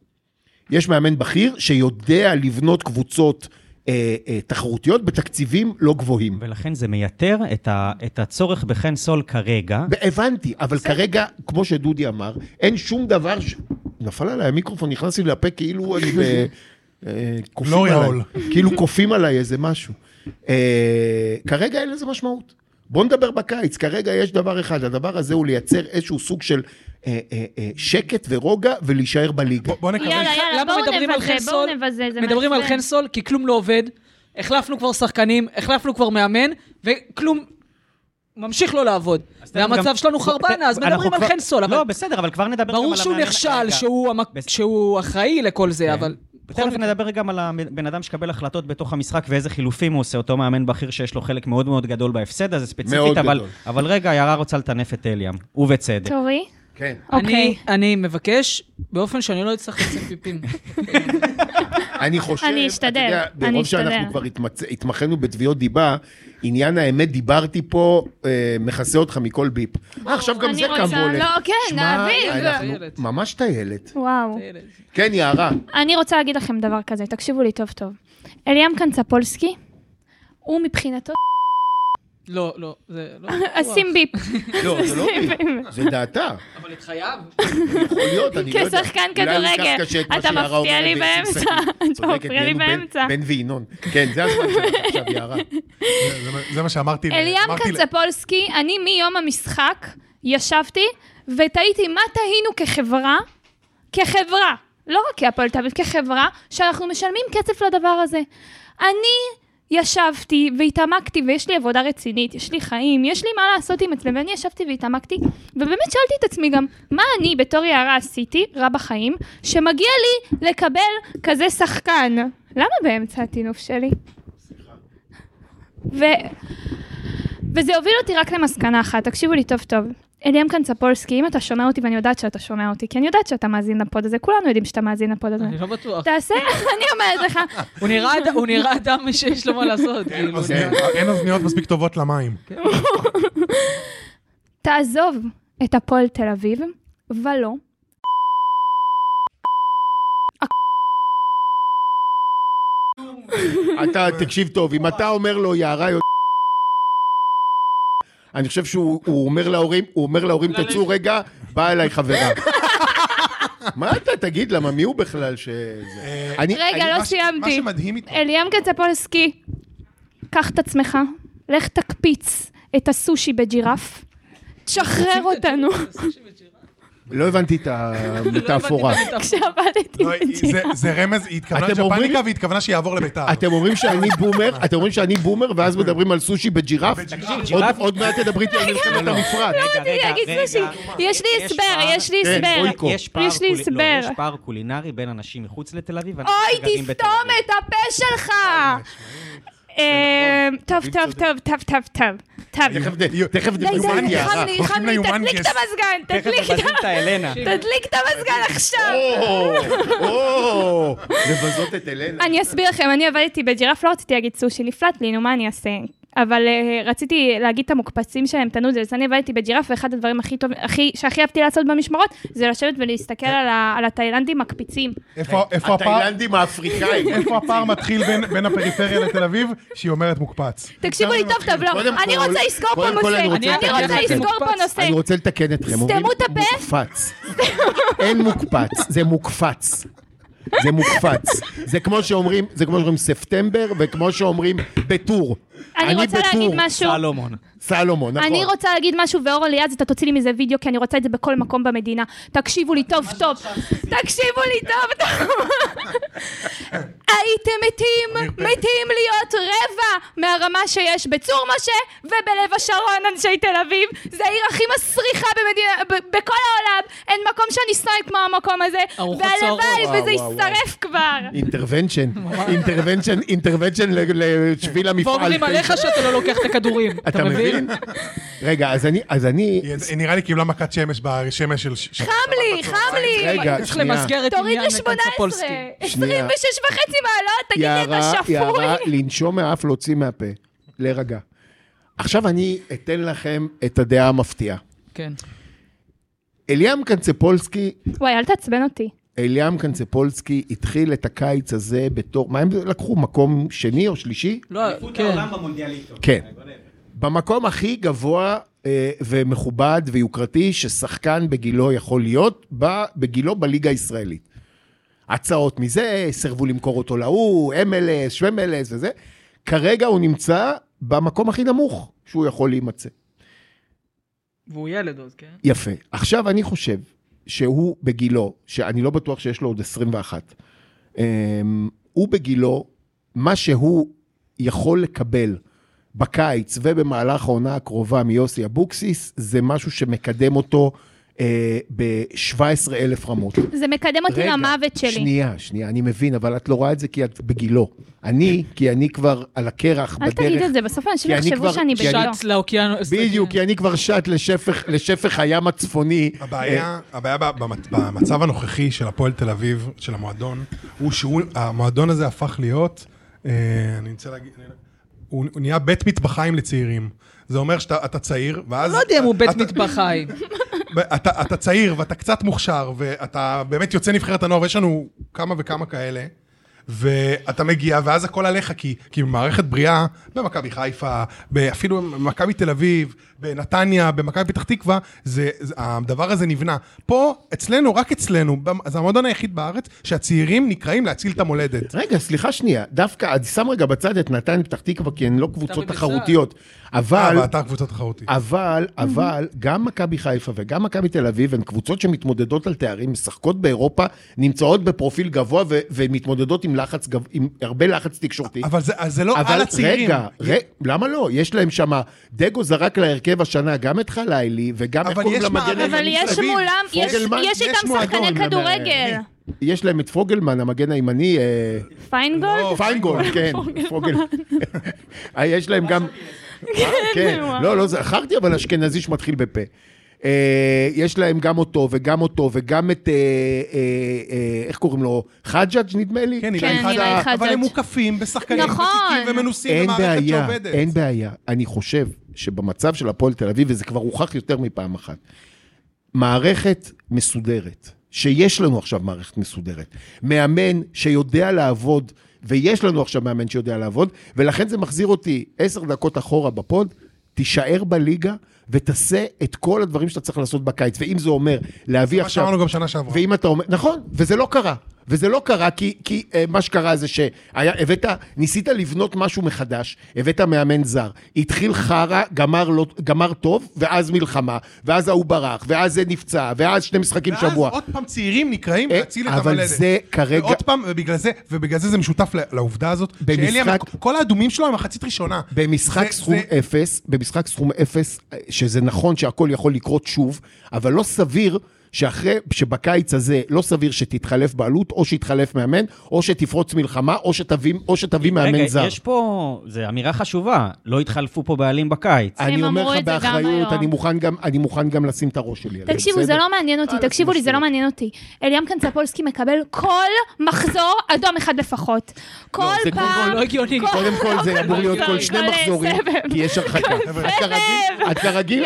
יש מאמן בכיר שיודע לבנות קבוצות אה, אה, תחרותיות בתקציבים לא גבוהים. ולכן זה מייתר את, ה, את הצורך בחן סול כרגע. הבנתי, אבל כרגע, כמו שדודי אמר, אין שום דבר ש... נפל עליי, המיקרופון נכנס לי לפה כאילו אני ב... אה, קופים לא עליי. יעול. כאילו קופים עליי איזה משהו. אה, כרגע אין לזה משמעות. בוא נדבר בקיץ, כרגע יש דבר אחד, הדבר הזה הוא לייצר איזשהו סוג של אה, אה, אה, שקט ורוגע ולהישאר בליגה. בוא- בוא נקווה. יאללה, יאללה, למה בואו מדברים על נבזה, חן בואו סול? נבזה, זה מדברים על מעצבן. חן סול כי כלום לא עובד. החלפנו כבר שחקנים, החלפנו כבר מאמן, וכלום ממשיך לא לעבוד. והמצב שלנו חרבן, אז מדברים על חן סול. לא, בסדר, אבל כבר נדבר גם על ברור שהוא נכשל, שהוא אחראי לכל זה, אבל... תכף נדבר גם על הבן אדם שקבל החלטות בתוך המשחק ואיזה חילופים הוא עושה, אותו מאמן בכיר שיש לו חלק מאוד מאוד גדול בהפסד הזה ספציפית, אבל, אבל רגע, יערה רוצה לטנף את אליאם, ובצדק. תורי? כן. אני, אני מבקש, באופן שאני לא אצטרך לצאת פיפים. אני חושב, אני אשתדל, אני אשתדל. ברוב שאנחנו כבר התמחנו בתביעות דיבה, עניין האמת, דיברתי פה, מכסה אותך מכל ביפ. אה, עכשיו גם זה קם בולט. לא, כן, נעביר. ממש טיילת. וואו. כן, יערה. אני רוצה להגיד לכם דבר כזה, תקשיבו לי טוב טוב. אליאם קנצפולסקי, הוא מבחינתו... לא, לא, זה לא... אשים ביפ. לא, זה לא ביפ, זה דעתה. אבל את חייב. יכול להיות, אני לא יודע. כשחקן כדורגל, אתה מפתיע לי באמצע. אתה מפריע לי באמצע. בן וינון. כן, זה הזמן שלך עכשיו, יערה. זה מה שאמרתי. אליאם קנצפולסקי, אני מיום המשחק ישבתי ותהיתי מה תהינו כחברה, כחברה, לא רק כהפועל תל אביב, כחברה, שאנחנו משלמים כסף לדבר הזה. אני... ישבתי והתעמקתי, ויש לי עבודה רצינית, יש לי חיים, יש לי מה לעשות עם עצמי, ואני ישבתי והתעמקתי, ובאמת שאלתי את עצמי גם, מה אני בתור יערה עשיתי, רע בחיים, שמגיע לי לקבל כזה שחקן? למה באמצע הטינוף שלי? ו... וזה הוביל אותי רק למסקנה אחת, תקשיבו לי טוב טוב. אליאם קנצפולסקי, אם אתה שומע אותי, ואני יודעת שאתה שומע אותי, כי אני יודעת שאתה מאזין לפוד הזה, כולנו יודעים שאתה מאזין לפוד הזה. אני לא בטוח. תעשה, אני אומרת לך. הוא נראה אדם שיש לו מה לעשות. אין אוזניות מספיק טובות למים. תעזוב את הפועל תל אביב, ולא. אתה תקשיב טוב, אם אתה אומר לו יערה... אני חושב שהוא אומר להורים, הוא אומר להורים, תצאו רגע, באה אליי חברה. מה אתה תגיד? למה מי הוא בכלל ש... רגע, לא סיימתי. מה שמדהים איתו. אליאם קנצפולסקי, קח את עצמך, לך תקפיץ את הסושי בג'ירף, תשחרר אותנו. לא הבנתי את המטאפורה. כשעבדתי בג'ירף. זה רמז, היא התכוונה לפניקה והיא התכוונה שיעבור לביתה. אתם אומרים שאני בומר, אתם אומרים שאני בומר, ואז מדברים על סושי בג'ירף? עוד מעט תדברי איתי על מלחמת המפרט. יש לי הסבר, יש לי הסבר. יש לי הסבר. יש פער קולינרי בין אנשים מחוץ לתל אביב. אוי, תסתום את הפה שלך! טוב, טוב, טוב, טוב, טוב, טוב. תכף דקלום לי, חם לי, חם לי, תדליק את המזגן, תדליק את המזגן עכשיו. או, לבזות את אלנה. אני אסביר לכם, אני עבדתי בג'ירף, לא רציתי להגיד סושי, לפלט לי, נו מה אני אעשה? אבל רציתי להגיד את המוקפצים שלהם, תנו זה, אני עבדתי בג'ירף, ואחד הדברים הכי טוב, שהכי אהבתי לעשות במשמרות, זה לשבת ולהסתכל על התאילנדים מקפיצים. התאילנדים האפריקאים. איפה הפער מתחיל בין הפריפריה לתל אביב, שהיא אומרת מוקפץ? תקשיבו לי טוב טוב, לא, אני רוצה לסגור פה נושא, אני רוצה לסגור פה נושא. אני רוצה לתקן אתכם. סתמו את הפה. מוקפץ. אין מוקפץ, זה מוקפץ. זה מוקפץ. זה כמו שאומרים, זה כמו שאומרים ספטמבר, וכמו שאומרים בטור. אני רוצה להגיד משהו. סלומון. סלומון, נכון. אני רוצה להגיד משהו, ואור אליעז, אתה תוציא לי מזה וידאו, כי אני רוצה את זה בכל מקום במדינה. תקשיבו לי טוב טוב. תקשיבו לי טוב טוב. הייתם מתים, מתים להיות רבע מהרמה שיש בצור משה, ובלב השרון, אנשי תל אביב. זה העיר הכי מסריחה במדינה, בכל העולם. אין מקום שאני שנאי כמו המקום הזה. והלוואי, וזה יישרף כבר. אינטרוונשן. אינטרוונשן, אינטרוונשן לשביל המפעל. ואומרים עליך שאתה לא לוקח את הכדורים. אתה מבין? רגע, אז אני, אז אני... נראה לי קיבלה מכת שמש בשמש של... חם לי, חם לי. רגע, צריך למסגר את תוריד עניין ל-שמונה עשרה. קנצפולסקי. עשרים ושש וחצי מעלות, תגיד לי, אתה שפוי. יערה, לנשום מהאף, להוציא מהפה. להירגע. עכשיו אני אתן לכם את הדעה המפתיעה. כן. אליאם קנצפולסקי... וואי, אל תעצבן אותי. אליאם קנצפולסקי התחיל את הקיץ הזה בתור... מה הם לקחו? מקום שני או שלישי? לא, כן. כן. במקום הכי גבוה אה, ומכובד ויוקרתי ששחקן בגילו יכול להיות, בגילו בליגה הישראלית. הצעות מזה, סרבו למכור אותו להוא, אם אל אס, שוואם אל אס וזה. כרגע הוא נמצא במקום הכי נמוך שהוא יכול להימצא. והוא ילד עוד, כן? יפה. עכשיו אני חושב שהוא בגילו, שאני לא בטוח שיש לו עוד עשרים ואחת, הוא בגילו, מה שהוא יכול לקבל בקיץ ובמהלך העונה הקרובה מיוסי אבוקסיס, זה משהו שמקדם אותו ב-שבע עשרה אלף רמות. זה מקדם אותי למוות שלי. שנייה, שנייה, אני מבין, אבל את לא רואה את זה כי את בגילו. אני, כי אני כבר על הקרח בדרך. אל תגיד את זה, בסוף אנשים יחשבו שאני בגילו. שט לאוקיינוס. בדיוק, כי אני כבר שט לשפך הים הצפוני. הבעיה, הבעיה במצב הנוכחי של הפועל תל אביב, של המועדון, הוא שהמועדון הזה הפך להיות, אני רוצה להגיד, הוא נהיה בית מטבחיים לצעירים. זה אומר שאתה צעיר, ואז... לא יודע אם הוא בית מטבחיים. אתה, אתה צעיר ואתה קצת מוכשר, ואתה באמת יוצא נבחרת הנוער, ויש לנו כמה וכמה כאלה, ואתה מגיע, ואז הכל עליך, כי, כי במערכת בריאה, במכבי חיפה, אפילו במכבי תל אביב, בנתניה, במכבי פתח תקווה, זה, זה, הדבר הזה נבנה. פה, אצלנו, רק אצלנו, זה המועדון היחיד בארץ, שהצעירים נקראים להציל את המולדת. רגע, סליחה שנייה, דווקא, אני שם רגע בצד את נתניה פתח תקווה, כי הן לא קבוצות תחרותיות, אבל... אה, ואתה קבוצות תחרותית. אבל, אבל, גם מכבי חיפה וגם מכבי תל אביב, הן קבוצות שמתמודדות על תארים, משחקות באירופה, נמצאות בפרופיל גבוה, ו- ומתמודדות עם לחץ, עם הרבה לחץ תקשורתי. אבל זה, זה לא על הצעירים. רגע, רגע, למה לא? יש להם שם, דגו זרק להרכב השנה, גם את חלילי, וגם איך קוראים למגן... אבל יש מולם, יש איתם שחקני כדורגל. יש להם את פוגלמן, המגן הימני... פיינגולד? פיינגולד, כן. פוגלמן. יש להם גם... כן, לא, לא, זכרתי, אבל אשכנזי שמתחיל בפה. יש להם גם אותו וגם אותו וגם את, איך קוראים לו? חג'אג' נדמה לי? כן, נראה חג'אג'. אבל הם מוקפים בשחקנים ותיקים ומנוסים במערכת שעובדת. אין בעיה. אני חושב שבמצב של הפועל תל אביב, וזה כבר הוכח יותר מפעם אחת, מערכת מסודרת, שיש לנו עכשיו מערכת מסודרת, מאמן שיודע לעבוד, ויש לנו עכשיו מאמן שיודע לעבוד, ולכן זה מחזיר אותי עשר דקות אחורה בפוד, תישאר בליגה, ותעשה את כל הדברים שאתה צריך לעשות בקיץ, ואם זה אומר להביא עכשיו... מה שאמרנו גם שנה שעברה. ואם אתה אומר... נכון, וזה לא קרה. וזה לא קרה, כי, כי אה, מה שקרה זה שהבאת, ניסית לבנות משהו מחדש, הבאת מאמן זר, התחיל חרה, גמר, לא, גמר טוב, ואז מלחמה, ואז הוא ברח, ואז זה נפצע, ואז שני משחקים ואז שבוע. ואז עוד פעם צעירים נקראים אה, להציל את אבל המולדת. זה כרגע... ועוד פעם, ובגלל זה, ובגלל זה זה משותף לעובדה הזאת, במשחק... כל האדומים שלו הם מחצית ראשונה. במשחק זה, סכום זה... אפס, במשחק סכום אפס, שזה נכון שהכל יכול לקרות שוב, אבל לא סביר... שאחרי, שבקיץ הזה לא סביר שתתחלף בעלות, או שיתחלף מאמן, או שתפרוץ מלחמה, או שתביא, או שתביא מאמן זר. רגע, יש פה, זו אמירה חשובה, לא התחלפו פה בעלים בקיץ. אני אומר לך באחריות, אני מוכן גם, אני מוכן גם לשים את הראש שלי. תקשיבו, זה לא מעניין אותי, תקשיבו לי, זה לא מעניין אותי. אליאם קנצפולסקי מקבל כל מחזור אדום אחד לפחות. כל פעם... לא הגיוני. קודם כל זה אמור להיות כל שני מחזורים, כי יש הרחקה. את כרגיל,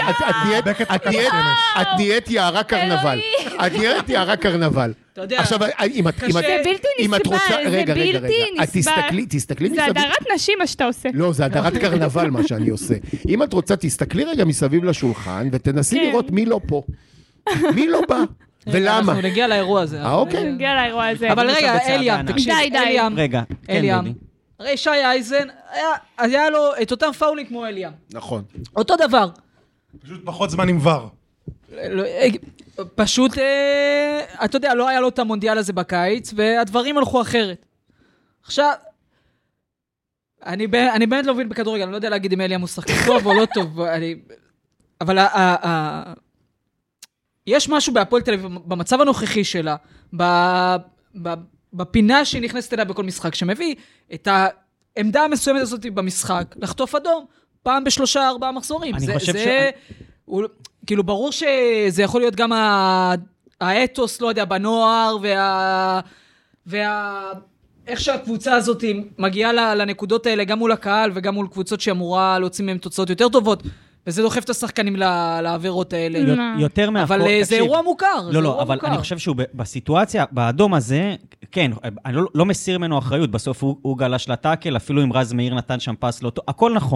את נהיית יערה קרנבל. את נראית יערה קרנבל. אתה יודע, עכשיו, אם את... זה בלתי נסבל, זה בלתי נסבל. תסתכלי מסביב. זה הדרת נשים מה שאתה עושה. לא, זה הדרת קרנבל מה שאני עושה. אם את רוצה, תסתכלי רגע מסביב לשולחן, ותנסי לראות מי לא פה. מי לא בא. ולמה? אנחנו נגיע לאירוע הזה. אה, אוקיי. נגיע לאירוע הזה. אבל רגע, אליאם, תקשיב, אליאם. רגע, אליאם. הרי שי אייזן, היה לו את אותם פאולים כמו אליאם. נכון. אותו דבר. פשוט פחות זמן עם ור. פשוט, אתה יודע, לא היה לו את המונדיאל הזה בקיץ, והדברים הלכו אחרת. עכשיו, אני, אני באמת לא מבין בכדורגל, אני לא יודע להגיד אם אליאם הוא שחקן טוב או לא טוב, אני, אבל ה, ה, ה, יש משהו בהפועל תל אביב, במצב הנוכחי שלה, ב, ב, בפינה שהיא נכנסת אליה בכל משחק, שמביא את העמדה המסוימת הזאת במשחק, לחטוף אדום, פעם בשלושה, ארבעה מחזורים. אני זה, חושב זה, ש... הוא, כאילו, ברור שזה יכול להיות גם ה, האתוס, לא יודע, בנוער, וה... וה... איך שהקבוצה הזאת מגיעה לנקודות האלה, גם מול הקהל וגם מול קבוצות שאמורה להוציא מהם תוצאות יותר טובות, וזה דוחף את השחקנים לעבירות האלה. יותר מהכל. אבל זה אירוע מוכר. לא, לא, אבל אני חושב שהוא בסיטואציה, באדום הזה, כן, אני לא מסיר ממנו אחריות, בסוף הוא גלש לטאקל, אפילו אם רז מאיר נתן שם פס לא טוב, הכל נכון.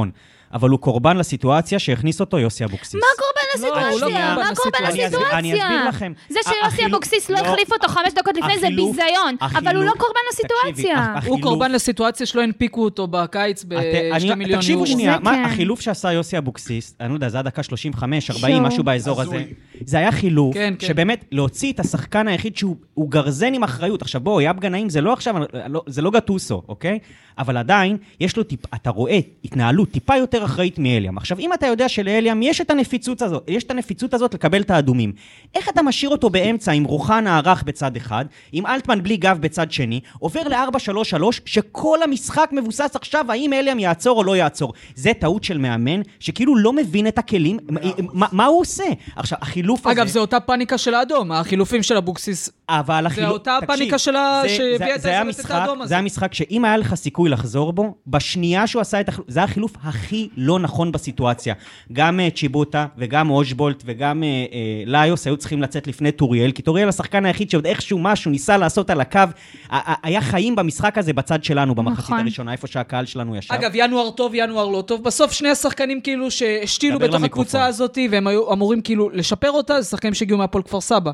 אבל הוא קורבן לסיטואציה שהכניס אותו יוסי אבוקסיס. מה קורבן לא, הוא לא לסיטואציה? קורבן מה קורבן לסיטואציה. לסיטואציה? אני אסביר לכם. זה שיוסי אבוקסיס לא החליף אותו חמש דקות לפני זה החילוף- ביזיון, אבל הוא לא החילוף- קורבן תקשיבי, לסיטואציה. הח- הוא החילוף- קורבן לסיטואציה שלא הנפיקו אותו בקיץ את- בשתי אני- מיליון תקשיבו יורו. שנייה, זה מה כן. החילוף שעשה יוסי אבוקסיס, אני לא יודע, זה עד דקה שלושים וחמש, ארבעים, שואו. משהו באזור הזה. הזוי. זה היה חילוף, כן, כן. שבאמת להוציא את השחקן היחיד שהוא הוא גרזן עם אחריות. עכשיו בואו, יאב גנאים זה לא עכשיו, לא- זה לא גטוסו, אוקיי? אבל עדיין, יש לו טיפ, אתה רואה התנהלות טיפה יותר אחראית מאליאם. עכשיו, אם אתה יודע שלאליאם יש את הנפיצות הזאת, יש את הנפיצות הזאת לקבל את האדומים, איך אתה משאיר אותו באמצע עם רוחנה ערך בצד אחד, עם אלטמן בלי גב בצד שני, עובר ל-ארבע שלוש שלוש, שכל המשחק מבוסס עכשיו, האם אליאם יעצור או לא יעצור. זה טעות של מאמן, שכאילו לא מבין את הכלים, מה, מה הוא עושה? עכשיו, החילוף הזה... אגב, זה אותה פאניקה של האדום, החילופים של אבוקסיס. אבל החילוף... אותה תקשיב, פאניקה שלה זה- שהביאה זה- את זה היה הזמן לתת את משחק- האדום הזה. זה היה משחק שאם היה לך סיכוי לחזור בו, בשנייה שהוא עשה את החילוף, זה היה החילוף הכי לא נכון בסיטואציה. גם אה, צ'יבוטה וגם אושבולט וגם אה, אה, ליוס היו צריכים לצאת לפני טוריאל, כי טוריאל השחקן היחיד שעוד איכשהו משהו ניסה לעשות על הקו, ה- ה- היה חיים במשחק הזה בצד שלנו במחצית נכון. הראשונה, איפה שהקהל שלנו ישב. אגב, ינואר טוב, ינואר לא טוב. בסוף שני השחקנים כאילו שהשתילו דבר בתוך למיקרופון. הקבוצה הזאת, והם היו אמורים כאילו לשפר אותה, זה שחקנים שהגיעו מהפועל כפר סבא.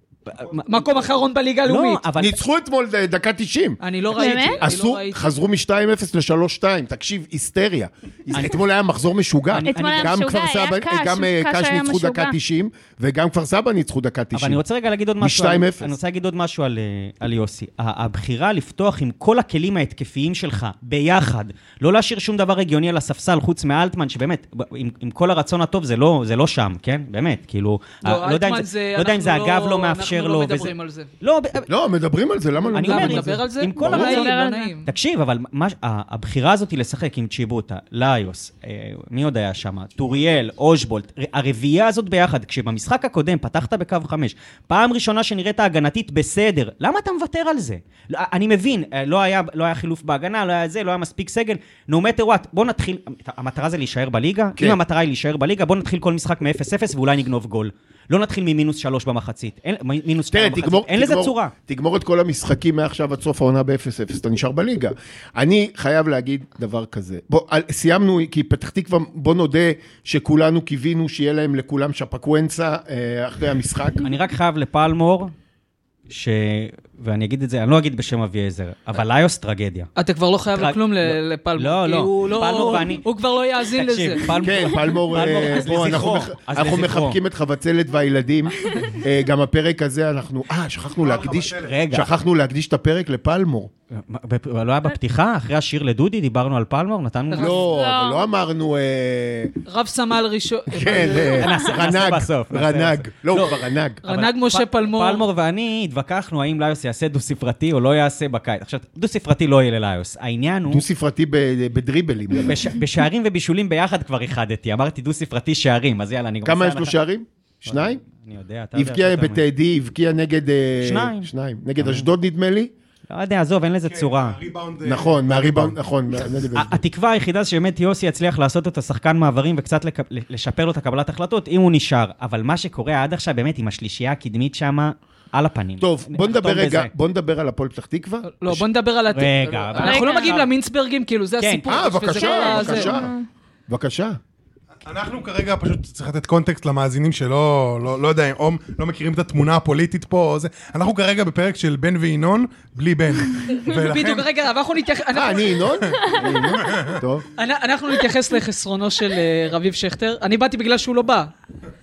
מקום אחרון בליגה לא, הלאומית. אבל... ניצחו אתמול דקה תשעים. אני לא ראיתי, באמת? אני עשו, לא ראיתי. חזרו מ-שתיים אפס ל-שלוש שתיים, תקשיב, היסטריה. אתמול היה מחזור משוגע. אתמול היה גם משוגע, כפר היה סבא- קש, גם אה, קש קש היה ניצחו דקה משוגע. תשעים, וגם כפר סבא ניצחו דקה תשעים. אבל אני רוצה רגע להגיד עוד משהו, מ-שתיים על- אפס. אני רוצה להגיד עוד משהו על, אה, על יוסי. ה- הבחירה לפתוח עם כל הכלים ההתקפיים שלך ביחד, לא להשאיר שום דבר רגיוני על הספסל חוץ מאלטמן, שבאמת, ב- עם, עם כל הרצון הטוב, זה לא, זה לא שם, כן? באמת, כאילו, ה- לא יודע אם אלטמן זה, לא יודע אם זה אנחנו הגב לא מאפשר אנחנו לו. לא וזה- מדברים על זה. לא, ב- לא, מדברים על זה, למה לא אני מדברים אומר, על זה? נדבר על זה? עם כל לא הרצון. נעים, לא על זה. נעים. תקשיב, אבל מה, ה- הבחירה הזאת היא לשחק עם צ'יבוטה, ליוס, אה, מי עוד היה שם? טוריאל, אושבולט, ר- הרביעייה הזאת ביחד, כשבמשחק הקודם פתחת בקו חמש, פעם ראשונה שנראית הגנתית בסדר, למה אתה מוותר על זה? לא, אני מבין, אה, לא היה, לא היה חילוף בהגנה, לא היה זה, לא היה מספיק סגל, no matter what, בוא נתחיל, המטרה זה להישאר בליגה, כן. אם המטרה היא להישאר בליגה, בוא נתחיל כל משחק מ-אפס אפס ואולי נגנוב גול. לא נתחיל ממינוס שלוש במחצית, אין, מינוס תראה, שתיים תגמור, במחצית, אין לזה תגמור, צורה. תגמור את כל המשחקים מעכשיו עד סוף העונה ב-אפס אפס, אתה נשאר בליגה. אני חייב להגיד דבר כזה. בוא, על- סיימנו, כי פתח תקווה, בוא נודה שכולנו קיווינו שיהיה להם לכולם שפקוונצה אה, אחרי המשחק. אני רק חייב לפלמור, ש... ואני אגיד את זה, אני לא אגיד בשם אביעזר, אבל ליוס טרגדיה. אתה כבר לא חייב טרק- לכלום ל- לא. לפלמור. לא, כי לא. הוא פלמור ואני- הוא כבר לא יאזין לזה. תקשיב, פלמור... כן, פלמור, אה, פלמור, אז בוא, לזכרו, אנחנו, מח- אז אנחנו לזכרו. מחבקים את חבצלת והילדים. אה, גם הפרק הזה אנחנו, אה, שכחנו להקדיש, רגע. שכחנו להקדיש את הפרק לפלמור. מה, ב- לא היה בפתיחה, אחרי השיר לדודי, דיברנו על פלמור, נתנו... לא, אבל לא אמרנו, אה, רב סמל ראשון. כן, אה, נעשה- נעשה רנג, בסוף, נעשה רנג, בסוף. לא, לא. הוא כבר רנג. רנג משה פלמור. פלמור ואני התווכחנו האם ליוס יעשה דו-ספרתי או לא יעשה בקיץ. עכשיו, דו-ספרתי לא יהיה לליוס. העניין הוא... דו-ספרתי ב- בדריבלים. בש- בשערים ובישולים ביחד כבר איחדתי. אמרתי דו-ספרתי שערים, אז יאללה, אני גם... כמה עושה יש לו הנחה. שערים? שניים? אני יודע, אתה יודע. הבקיע יותר ממני. בטדי, הבקיע נגד... אה, שניים. שניים. נגד אשדוד נדמה לי? לא יודע, עזוב, אין לזה צורה. הריבאונד, אה, נכון, מהריבאונד, נכון. נגד אשדוד. התקווה היחידה שבאמת יוסי יצליח לעשות את השחקן מעברים וקצת לק- לשפר לו את הקבלת החלטות, אם הוא נשאר. אבל מה שקורה עד עכשיו באמת עם השלישייה הקדמית שם, על הפנים. טוב, בוא נחתום נדבר רגע, בזה. בוא נדבר על הפועל פתח תקווה. לא, בוא נדבר על... הת- רגע, אבל- אנחנו לא רגע. מגיעים למינסברגים, כאילו, זה כן. הסיפור. אה, וזה בבקשה, כל הזה. בבקשה. בבקשה. אנחנו כרגע פשוט צריך לתת קונטקסט למאזינים שלא, לא, לא יודע, או לא מכירים את התמונה הפוליטית פה, או זה. אנחנו כרגע בפרק של בן וינון, בלי בן. ולכן, בדיוק, רגע, אבל אנחנו נתייחס... אה, אני ינון? אני ינון? טוב. אנחנו נתייחס לחסרונו של אה, רביב שכטר. אני באתי בגלל שהוא לא בא.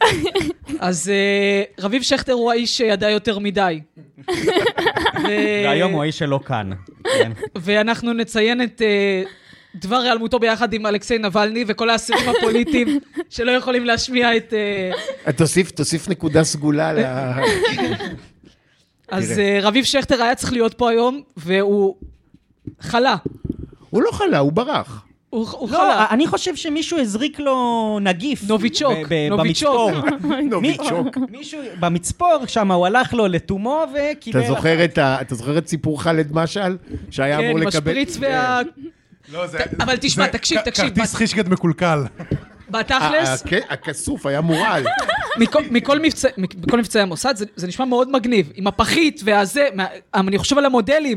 אז אה, רביב שכטר הוא האיש שידע יותר מדי. ו- והיום הוא האיש שלא כאן. כן. ואנחנו נציין את אה, דבר היעלמותו ביחד עם אלכסיי נבלני וכל האסירים הפוליטיים שלא יכולים להשמיע את... אה, תוסיף, תוסיף נקודה סגולה ל... אז אה, רביב שכטר היה צריך להיות פה היום, והוא חלה. הוא לא חלה, הוא ברח. הוא הוא לא, חלה. אני חושב שמישהו הזריק לו נגיף. נוביצ'וק, ב- ב- נוביצ'וק. במצפור. נוביצ'וק. מי- מישהו במצפור שם, הוא הלך לו לתומו וקיבל... אתה זוכר את ה- אתה זוכר את סיפור חאלד משעל? שהיה כן, אמור עם לקבל... השפריץ וה... לא, זה, אבל תשמע, זה תקשיב, כ- תקשיב, כרטיס בת- חישקט מקולקל. בתכלס, הכ- הכסוף היה מורעל. מכל- מכל מבצע- מכל מבצעי המוסד, זה- זה נשמע מאוד מגניב. עם הפחית והזה, מה- אני חושב על המודלים,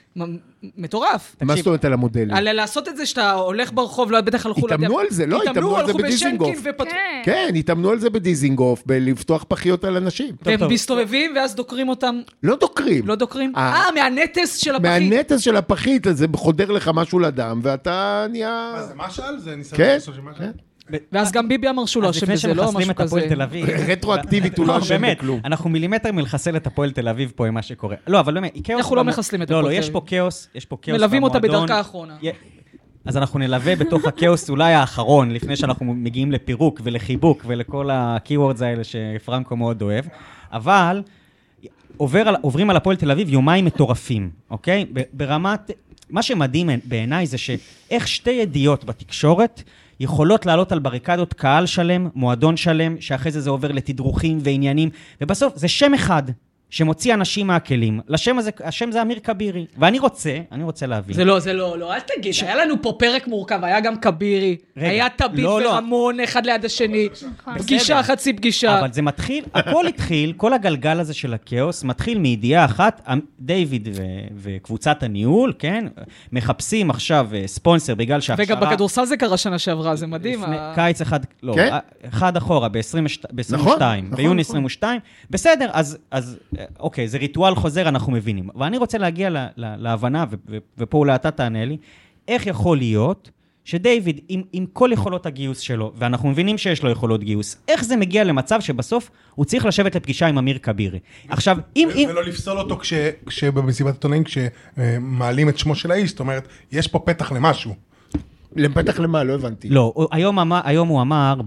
מטורף. מה זאת אומרת על המודלים? על לעשות את זה שאתה הולך ברחוב, לא בטח הלכו... התאמנו על זה, לא, התאמנו על זה בדיזינגוף. כן, התאמנו על זה בדיזינגוף, בלפתוח פחיות על אנשים. והם מסתובבים ואז דוקרים אותם. לא דוקרים. לא דוקרים? אה, מהנטס של הפחית. מהנטס של הפחית, זה חודר לך משהו לדם, ואתה נהיה... מה זה, משל? זה ניסיון כן, לעשות של משל? כן. ואז גם ביבי אמר שהוא לא אשם בזה, לא משהו כזה. רטרואקטיבית הוא לא אשם בכלום. אנחנו מילימטר מלחסל את הפועל תל אביב פה עם מה שקורה. לא, אבל באמת, אנחנו לא מחסלים את הפועל תל אביב. לא, לא, יש פה כאוס, יש פה כאוס. מלווים אותה בדרכה האחרונה. אז אנחנו נלווה בתוך הכאוס אולי האחרון, לפני שאנחנו מגיעים לפירוק ולחיבוק ולכל ה-keywords האלה שפרנקו מאוד אוהב. אבל עוברים על הפועל תל אביב יומיים מטורפים, אוקיי? ברמת, מה שמדהים בעיניי זה שאיך שתי ידיעות בתקשורת יכולות לעלות על בריקדות קהל שלם, מועדון שלם, שאחרי זה זה עובר לתדרוכים ועניינים, ובסוף זה שם אחד שמוציא אנשים מהכלים. לשם הזה, השם זה אמיר כבירי. ואני רוצה, אני רוצה להבין. זה לא, זה לא, לא, אל תגיד. היה לנו פה פרק מורכב, היה גם כבירי, היה טביב ורמון אחד ליד השני, פגישה, חצי פגישה. אבל זה מתחיל, הכל התחיל, כל הגלגל הזה של הכאוס, מתחיל מידיעה אחת, דיוויד וקבוצת הניהול, כן, מחפשים עכשיו ספונסר בגלל שההכשרה... וגם בכדורסל זה קרה שנה שעברה, זה מדהים. קיץ אחד, לא, אחד אחורה, ב-עשרים ושתיים, ביוני עשרים ושתיים, בסדר, אז אוקיי, זה ריטואל חוזר, אנחנו מבינים. ואני רוצה להגיע לה, לה, להבנה, ו, ו, ופה אולי אתה תענה לי, איך יכול להיות שדיוויד, עם, עם כל יכולות הגיוס שלו, ואנחנו מבינים שיש לו יכולות גיוס, איך זה מגיע למצב שבסוף הוא צריך לשבת לפגישה עם אמיר כבירי? עכשיו, אם... ו- אם... ולא לפסול אותו כש, כשבמסיבת עיתונאים, כשמעלים את שמו של האיש, זאת אומרת, יש פה פתח למשהו. לפתח למה? לא הבנתי. לא, היום, אמר, היום הוא אמר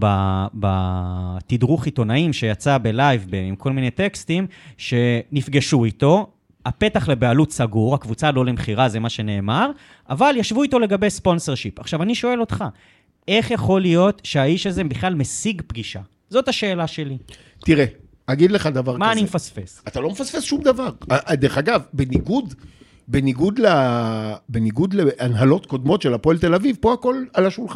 בתדרוך עיתונאים שיצא בלייב עם כל מיני טקסטים שנפגשו איתו, הפתח לבעלות סגור, הקבוצה לא למחירה, זה מה שנאמר, אבל ישבו איתו לגבי ספונסרשיפ. עכשיו אני שואל אותך, איך יכול להיות שהאיש הזה בכלל משיג פגישה? זאת השאלה שלי. תראה, אגיד לך דבר כזה. מה אני מפספס? אתה לא מפספס שום דבר. דרך אגב, בניגוד... בניגוד, ל... בניגוד להנהלות קודמות של הפועל תל אביב, פה הכל על השולחן.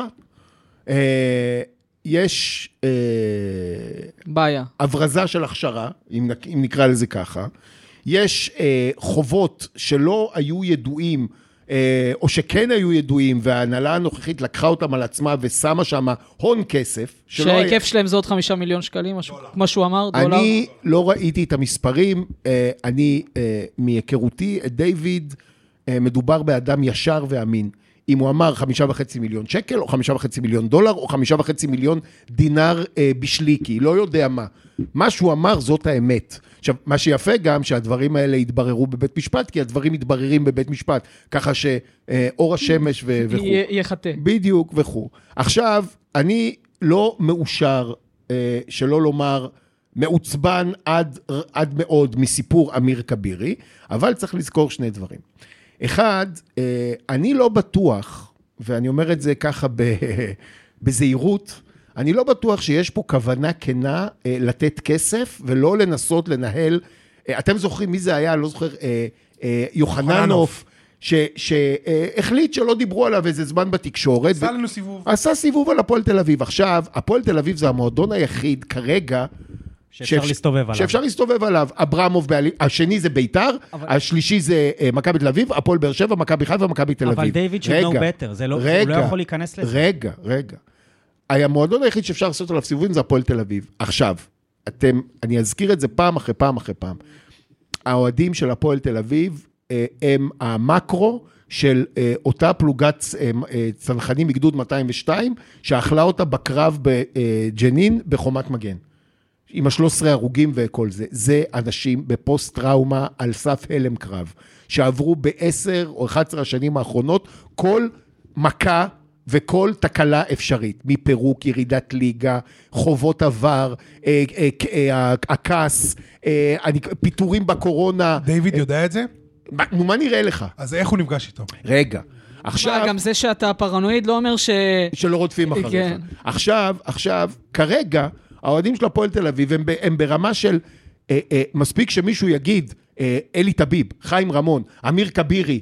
אה, יש אה, בעיה. הברזה של הכשרה, אם, אם נקרא לזה ככה. יש אה, חובות שלא היו ידועים, אה, או שכן היו ידועים, וההנהלה הנוכחית לקחה אותם על עצמה ושמה שם הון כסף. שההיקף היה... שלהם זה עוד חמישה מיליון שקלים, משהו, כמו שהוא אמר, דולר. אני לא ראיתי את המספרים, אה, אני אה, מהיכרותי את דיוויד, אה, מדובר באדם ישר ואמין. אם הוא אמר חמישה וחצי מיליון שקל, או חמישה וחצי מיליון דולר, או חמישה וחצי מיליון דינר אה, בשליקי, לא יודע מה. מה שהוא אמר זאת האמת. עכשיו, מה שיפה גם שהדברים האלה יתבררו בבית משפט, כי הדברים מתבררים בבית משפט, ככה שאור השמש ו- וכו'. יחטא. בדיוק וכו'. עכשיו, אני לא מאושר, אה, שלא לומר, מעוצבן עד, עד מאוד מסיפור אמיר כבירי, אבל צריך לזכור שני דברים. אחד, אה, אני לא בטוח, ואני אומר את זה ככה ב- בזהירות, אני לא בטוח שיש פה כוונה כנה אה, לתת כסף, ולא לנסות לנהל, אה, אתם זוכרים מי זה היה, לא זוכר, אה, אה, יוחננוף, שהחליט שלא דיברו עליו איזה זמן בתקשורת. עשה לנו סיבוב. עשה סיבוב על הפועל תל אביב. עכשיו, הפועל תל אביב זה המועדון היחיד כרגע, שאפשר להסתובב עליו. שאפשר להסתובב עליו. אברמוב, השני זה ביתר, השלישי זה מכבי תל אביב, הפועל באר שבע, מכבי חיפה ומכבי תל אביב. אבל דיוויד should know better, זה לא יכול להיכנס לזה. רגע, רגע. המועדון היחיד שאפשר לעשות עליו סיבובים זה הפועל תל אביב. עכשיו, אתם, אני אזכיר את זה פעם אחרי פעם אחרי פעם. האוהדים של הפועל תל אביב הם המקרו של אותה פלוגת צנחנים מגדוד מאתיים ושתיים, שאכלה אותה בקרב בג'נין בחומת מגן. עם ה-שלושה עשר הרוגים וכל זה. זה אנשים בפוסט טראומה על סף הלם קרב, שעברו ב-עשר או אחת עשרה השנים האחרונות כל מכה וכל תקלה אפשרית, מפירוק, ירידת ליגה, חובות עבר, הכעס, פיתורים בקורונה. דיוויד יודע את זה? נו, מה נראה לך? אז איך הוא נפגש איתו? רגע, עכשיו... גם זה שאתה פרנואיד לא אומר ש... שלא רודפים אחריך. עכשיו, עכשיו, כרגע, האוהדים של הפועל תל אביב הם ברמה של, מספיק שמישהו יגיד, אלי טביב, חיים רמון, אמיר כבירי,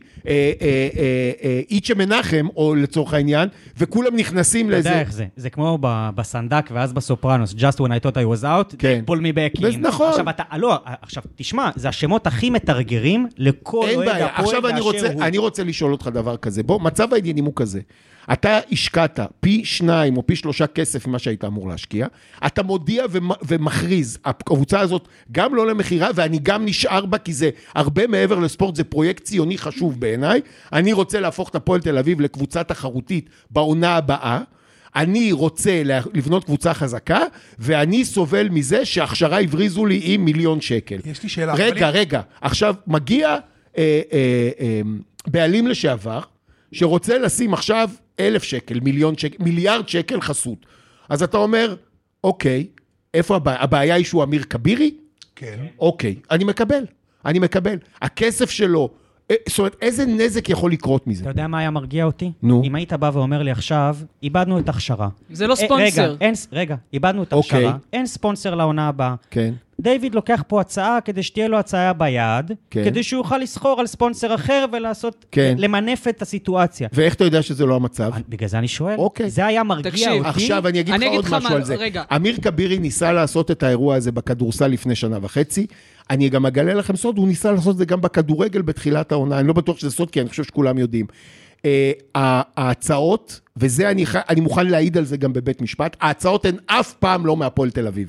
איצ'ה מנחם, או לצורך העניין, וכולם נכנסים לאיזה... אתה יודע איך זה, זה כמו בסנדק ואז בסופרנוס, just when I thought I was out, pull me back in. נכון. עכשיו, אתה, לא, עכשיו, תשמע, זה השמות הכי מתרגרים לכל אוהד הפועל עכשיו אני רוצה, אני רוצה לשאול אותך דבר כזה, בוא, מצב העניינים הוא כזה, אתה השקעת פי שניים או פי שלושה כסף ממה שהיית אמור להשקיע, אתה מודיע ומכריז, הקבוצה הזאת גם לא למחירה, ואני גם נשאר בה, כי זה הרבה מעבר לספורט, זה פרויקט ציוני חשוב בעיניי, אני רוצה להפוך את הפועל תל אביב לקבוצה תחרותית בעונה הבאה, אני רוצה לבנות קבוצה חזקה, ואני סובל מזה שהכשרה הבריזו לי עם מיליון שקל. יש לי שאלה. רגע, רגע, עכשיו מגיע אה, אה, אה, בעלים לשעבר, שרוצה לשים עכשיו אלף שקל, מיליון שקל, מיליארד שקל חסות. אז אתה אומר, אוקיי, איפה הבעיה? הבעיה היא שהוא אמיר כבירי? כן. אוקיי, אני מקבל, אני מקבל. הכסף שלו, זאת אומרת, איזה נזק יכול לקרות מזה? אתה יודע מה היה מרגיע אותי? נו. אם היית בא ואומר לי עכשיו, איבדנו את הכשרה. זה לא ספונסר. רגע, אין, רגע, איבדנו את הכשרה, אין ספונסר לעונה הבאה. כן. דיוויד לוקח פה הצעה כדי שתהיה לו הצעה ביד, כן. כדי שהוא יוכל לסחור על ספונסר אחר ולעשות, כן. למנף את הסיטואציה. ואיך אתה יודע שזה לא המצב? בגלל זה אני שואל. אוקיי. זה היה מרגיע תקשיב, אותי. עכשיו אני אגיד אני לך אגיד עוד לך משהו מה- על זה. רגע. אמיר כבירי ניסה לעשות את האירוע הזה בכדורסל לפני שנה וחצי, אני גם אגלה לכם סוד, הוא ניסה לעשות את זה גם בכדורגל בתחילת העונה, אני לא בטוח שזה סוד, כי אני חושב שכולם יודעים. אה, ההצעות, וזה אני, אני מוכן להעיד על זה גם בבית משפט, ההצעות הן אף פעם לא מהפועל תל אביב.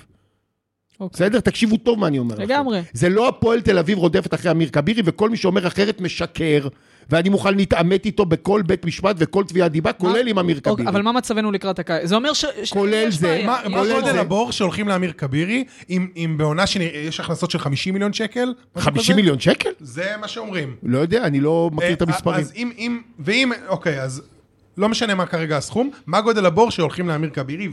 בסדר? תקשיבו טוב מה אני אומר לכם. לגמרי. זה לא הפועל תל אביב רודפת אחרי אמיר כבירי, וכל מי שאומר אחרת משקר, ואני מוכן להתעמת איתו בכל בית משפט וכל תביעת דיבה, כולל עם אמיר כבירי. אבל מה מצבנו לקראת הקיץ? זה אומר ש... כולל יש זה. בעיה. מה יש מה כולל גודל זה. הבור שהולכים לאמיר כבירי, אם אם בעונה שיש הכנסות של חמישים מיליון שקל? משהו חמישים כזה? מיליון שקל? זה מה שאומרים. לא יודע, אני לא מכיר את אה, המספרים. אז אם, אם, ואם, אוקיי, אז לא משנה מה כרגע הסכום, מה גודל הבור שהולכים לאמיר כבירי,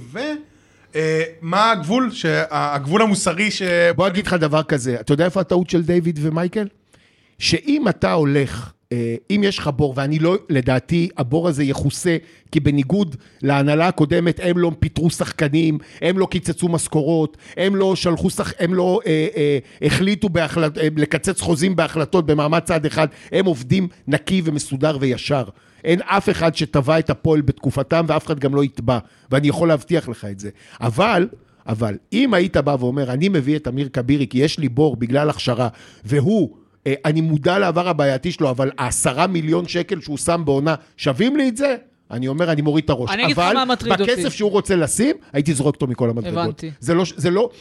ומה הגבול, הגבול המוסרי ש... בוא אגיד לך דבר כזה, אתה יודע איפה הטעות של דיוויד ומייקל? שאם אתה הולך, אם יש לך בור, ואני לא, לדעתי, הבור הזה יחוסה, כי בניגוד להנהלה הקודמת, הם לא פיתרו שחקנים, הם לא קיצצו משכורות, הם לא שלחו שח... הם לא אה, אה, החליטו בהחלט... לקצץ חוזים בהחלטות במעמד צעד אחד, הם עובדים נקי ומסודר וישר. אין אף אחד שטבע את הפועל בתקופתם, ואף אחד גם לא יטבע, ואני יכול להבטיח לך את זה. אבל, אבל, אם היית בא ואומר, אני מביא את אמיר כבירי, כי יש לי בור בגלל הכשרה, והוא, אני מודע לעבר הבעייתי שלו, אבל העשרה מיליון שקל שהוא שם בעונה, שווים לי את זה? אני אומר, אני מוריד את הראש. אני אגיד לך מה מטריד אותי. אבל בכסף שהוא רוצה לשים, הייתי זורק אותו מכל המדרגות. הבנתי. זה לא, זה לא,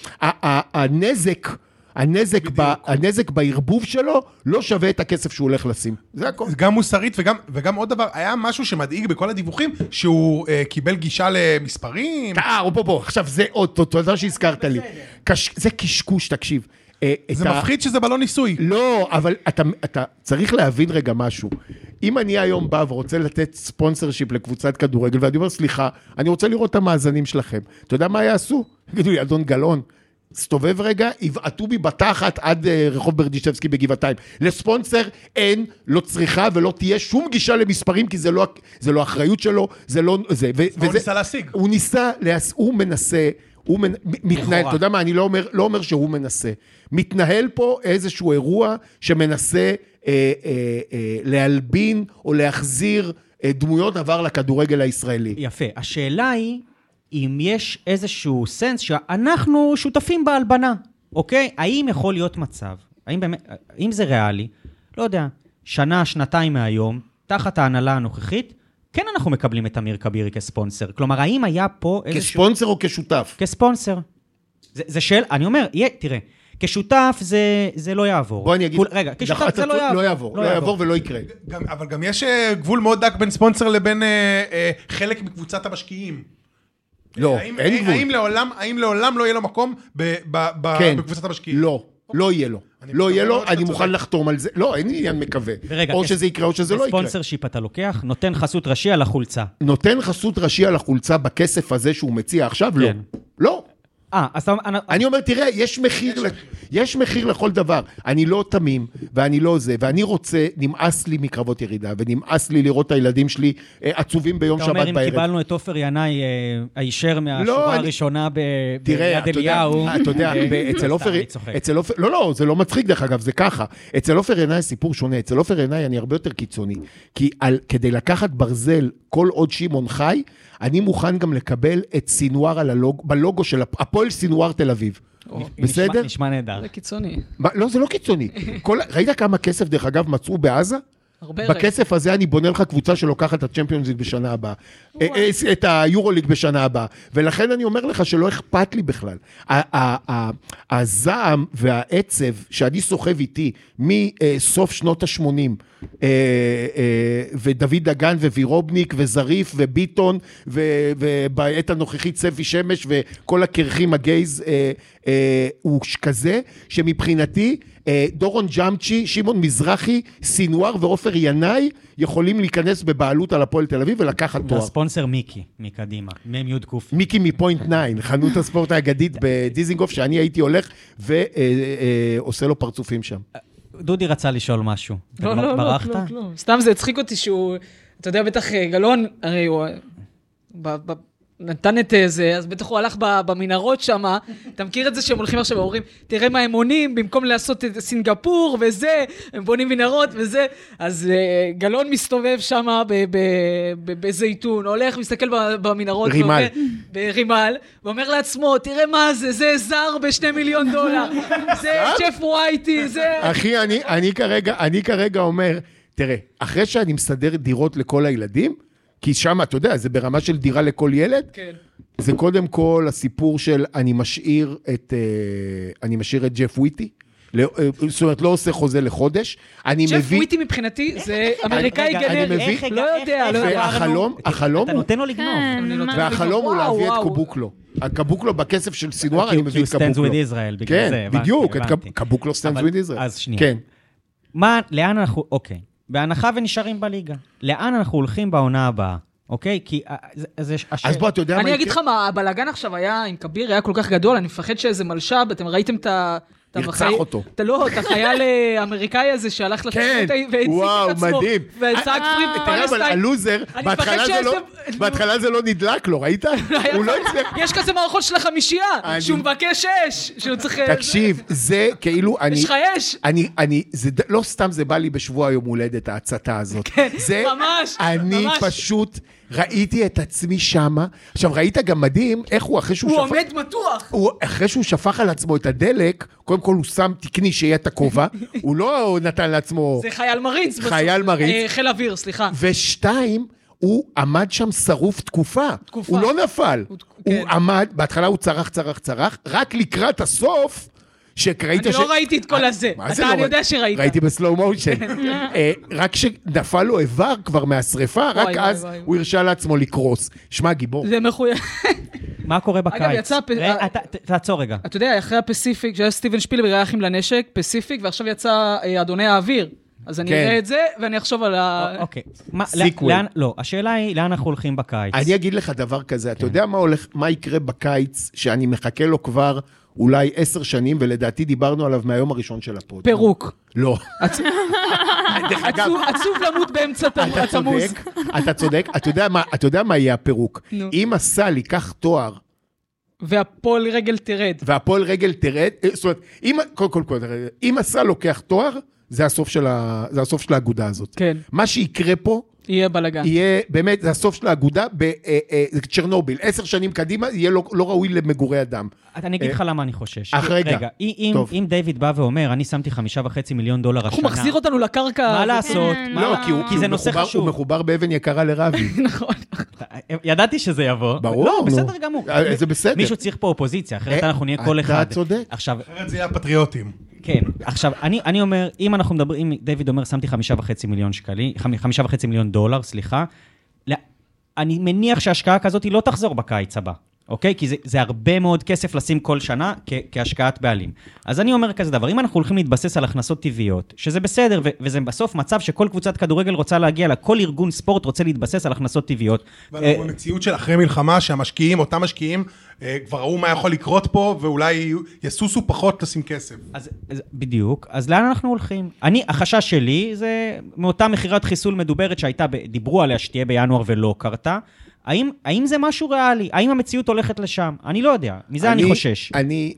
הנזק, הנזק, ב, הנזק בערבוב שלו, לא שווה את הכסף שהוא הולך לשים. זה הכל. גם מוסרית וגם, וגם עוד דבר, היה משהו שמדאיג בכל הדיווחים, שהוא אה, קיבל גישה למספרים. אה, בוא, בוא, עכשיו זה עוד, תודה שהזכרת לי. קש, זה קשקוש, תקשיב. זה מפחיד שזה בלון ניסוי. לא, אבל אתה, אתה צריך להבין רגע משהו. אם אני היום בא ורוצה לתת ספונסרשיפ לקבוצת כדורגל, ואני אומר, סליחה, אני רוצה לראות את המאזנים שלכם. אתה יודע מה יעשו? יגידו לי, אדון גלאון, סתובב רגע, יבעטו בי בתחת עד רחוב ברדישבסקי בגבעתיים. לספונסר אין, לא צריכה ולא תהיה שום גישה למספרים, כי זה לא, זה לא אחריות שלו, זה לא... זה, ו, הוא וזה, ניסה להשיג. הוא ניסה, הוא מנסה... הוא מתנהל, אתה יודע מה, אני לא אומר, לא אומר שהוא מנסה. מתנהל פה איזשהו אירוע שמנסה אה, אה, אה, להלבין או להחזיר אה, דמויות עבר לכדורגל הישראלי. יפה. השאלה היא, אם יש איזשהו סנס שאנחנו שותפים בהלבנה, אוקיי? האם יכול להיות מצב, האם, באמת, האם זה ריאלי, לא יודע, שנה, שנתיים מהיום, תחת ההנהלה הנוכחית, כן אנחנו מקבלים את אמיר כבירי כספונסר. כלומר, האם היה פה איזשהו... כספונסר או כשותף? כספונסר. זה, זה שאל, אני אומר, יהיה, תראה, כשותף זה, זה לא יעבור. בוא אני אגיד... כול, רגע, כשותף זה לא יעבור. לא יעבור, לא יעבור ולא יקרה. גם, אבל גם יש גבול מאוד דק בין ספונסר לבין אה, אה, חלק מקבוצת המשקיעים. לא, האם, אין גבול. האם לעולם, האם לעולם לא יהיה לו מקום ב, ב, ב, כן, בקבוצת המשקיעים? לא, לא יהיה לו. לא יהיה לו, אני מוכן לחתום על זה. לא, אין עניין מקווה. או שזה יקרה או שזה לא יקרה. ספונסר שיפ אתה לוקח, נותן חסות ראשי על החולצה. נותן חסות ראשי על החולצה בכסף הזה שהוא מציע עכשיו? לא. לא. אה, אז אתה... אני אומר, תראה, יש מחיר, יש מחיר לכל דבר. אני לא תמים, ואני לא זה, ואני רוצה, נמאס לי מקרבות ירידה, ונמאס לי לראות את הילדים שלי עצובים ביום שבת בערב. אתה אומר, אם קיבלנו את עופר ינאי, הישר מהשורה הראשונה ביד אליהו... אתה יודע, אצל עופר... לא, לא, זה לא מצחיק דרך אגב, זה ככה. אצל עופר ינאי סיפור שונה. אצל עופר ינאי אני הרבה יותר קיצוני. כי כדי לקחת ברזל כל עוד שמעון חי, אני מוכן גם לקבל את סינואר בלוגו של הפועל סינואר תל אביב. בסדר? נשמע נהדר. זה קיצוני. לא, זה לא קיצוני. ראית כמה כסף, דרך אגב, מצאו בעזה? בכסף הזה אני בונה לך קבוצה שלוקחת את הצ'מפיונס ליג בשנה הבאה, את היורוליג בשנה הבאה, ולכן אני אומר לך שלא אכפת לי בכלל. הזעם והעצב שאני סוחב איתי מסוף שנות ה-שמונים, ודוד דגן ווירובניק וזריף וביטון, ובעת הנוכחית צפי שמש וכל הקרחים הגייז, הוא כזה שמבחינתי דורון ג'אמצ'י, שמעון מזרחי, סינואר ועופר ינאי יכולים להיכנס בבעלות על הפועל תל אביב ולקחת תואר. הספונסר מיקי, מקדימה, מם יוד קוף. מיקי מפוינט ניין, חנות הספורט האגדית בדיזינגוף, שאני הייתי הולך ועושה לו פרצופים שם. דודי רצה לשאול משהו. לא, לא, לא, לא. סתם זה הצחיק אותי שהוא, אתה יודע, בטח גלון, הרי הוא... נתן את זה, אז בטח הוא הלך במנהרות שם, אתה מכיר את זה שהם הולכים עכשיו ואומרים, תראה מה הם עונים, במקום לעשות את סינגפור וזה, הם בונים מנהרות וזה, אז גלון מסתובב שם בזיתון, הולך, מסתכל במנהרות, רימל, ברימל, ואומר לעצמו, תראה מה זה, זה זר בשני מיליון דולר, זה ג'ף ווייטי, זה... אחי, אני כרגע, אני כרגע אומר, תראה, אחרי שאני מסדר דירות לכל הילדים, כי שם, אתה יודע, זה ברמה של דירה לכל ילד, כן. זה קודם כל הסיפור של אני משאיר את, אני משאיר את ג'ף וויטי, זאת אומרת, לא עושה חוזה לחודש, אני מביא... ג'ף וויטי מבחינתי זה אמריקאי גנרי, לא יודע, לא יודע. והחלום, החלום... אתה נותן לו לגנוב. והחלום הוא להביא את קבוקלו. הקבוקלו בכסף של סינואר, אני מביא את קבוקלו. כי הוא סטנדס וויד ישראל, בגלל זה. כן, בדיוק, קבוקלו סטנדס וויד ישראל. אז שנייה. כן. מה, לאן אנחנו... אוקיי. בהנחה ונשארים בליגה. לאן אנחנו הולכים בעונה הבאה? אוקיי? כי זה... אז בוא, אתה יודע מה... אני אגיד לך מה, הבלגן עכשיו היה עם כביר, היה כל כך גדול, אני מפחד שאיזה מלשב, אתם ראיתם את ה... ירצח אותו. אתה לא, את החייל האמריקאי הזה שהלך לתחרות והציג את עצמו. מדהים. וצעק פרי תראה, אבל הלוזר, בהתחלה זה לא נדלק לו, ראית? הוא לא הצליח. יש כזה מערכות של החמישייה, שהוא מבקש אש, שהוא צריך... תקשיב, זה כאילו... יש לך אש? אני, לא סתם זה בא לי בשבוע היום הולדת, ההצתה הזאת. כן, ממש, ממש. אני פשוט... ראיתי את עצמי שמה, עכשיו ראית גם מדהים איך הוא אחרי שהוא שפך... הוא עומד מתוח. הוא, אחרי שהוא שפך על עצמו את הדלק, קודם כל הוא שם תקני שיהיה את הכובע, הוא לא נתן לעצמו... זה חייל מריץ. חייל מריץ. אה, חיל אוויר, סליחה. ושתיים, הוא עמד שם שרוף תקופה. תקופה. הוא לא נפל. הוא, הוא כן. עמד, בהתחלה הוא צרח, צרח, צרח, רק לקראת הסוף... אני לא ראיתי את כל הזה, אתה אני יודע שראית. ראיתי בסלואו מושן. רק כשנפל לו איבר כבר מהשריפה, רק אז הוא הרשה לעצמו לקרוס. שמע, גיבור. זה מחויב. מה קורה בקיץ? אגב, יצא... תעצור רגע. אתה יודע, אחרי הפסיפיק, שהיה סטיבן שפילברג, היה אחים לנשק, פסיפיק, ועכשיו יצא אדוני האוויר. אז אני אראה את זה, ואני אחשוב על ה... אוקיי. לא, השאלה היא, לאן אנחנו הולכים בקיץ? אני אגיד לך דבר כזה, אתה יודע מה יקרה בקיץ, שאני מחכה לו כבר אולי עשר שנים, ולדעתי דיברנו עליו מהיום הראשון של הפוד. פירוק. לא. עצוב למות באמצע התמוז. אתה צודק, אתה יודע מה יהיה הפירוק? אם הסל ייקח תואר, והפועל רגל תרד. והפועל רגל תרד, זאת אומרת, אם הסל לוקח תואר, זה הסוף של ה... זה הסוף של האגודה הזאת. כן. מה שיקרה פה... יהיה בלגן. יהיה, באמת, זה הסוף של האגודה בצ'רנוביל. עשר שנים קדימה, יהיה לא, לא ראוי למגורי אדם. אני אגיד לך למה אני חושש. אך רגע. רגע, אם, אם דיוויד בא ואומר, אני שמתי חמישה וחצי מיליון דולר השנה. הוא מחזיר אותנו לקרקע. מה לעשות? לא, כי זה נושא חשוב. הוא מחובר באבן יקרה לרבי. נכון. ידעתי שזה יבוא. ברור. לא, בסדר גמור. זה בסדר. מישהו צריך פה אופוזיציה, אחרת אנחנו נהיה כל אחד. אתה צודק. עכשיו, אחרת זה יהיה הפטריוטים. כן, עכשיו, אני, אני אומר, אם אנחנו מדברים, אם דיוויד אומר, שמתי חמישה וחצי מיליון שקלים, חמישה וחצי מיליון דולר, סליחה, אני מניח שההשקעה כזאת היא לא תחזור בקיץ הבא, אוקיי? כי זה, זה הרבה מאוד כסף לשים כל שנה כ- כהשקעת בעלים. אז אני אומר כזה דבר, אם אנחנו הולכים להתבסס על הכנסות טבעיות, שזה בסדר, ו- וזה בסוף מצב שכל קבוצת כדורגל רוצה להגיע לה, כל ארגון ספורט רוצה להתבסס על הכנסות טבעיות. ואנחנו במציאות של אחרי מלחמה, שהמשקיעים, אותם משקיעים, כבר ראו מה יכול לקרות פה, ואולי יסוסו פחות לשים כסף. אז, אז בדיוק, אז לאן אנחנו הולכים? אני, החשש שלי זה מאותה מחירת חיסול מדוברת שהייתה, דיברו עליה שתהיה בינואר ולא קרתה, האם, האם זה משהו ריאלי? האם המציאות הולכת לשם? אני לא יודע, מזה אני, אני חושש. אני...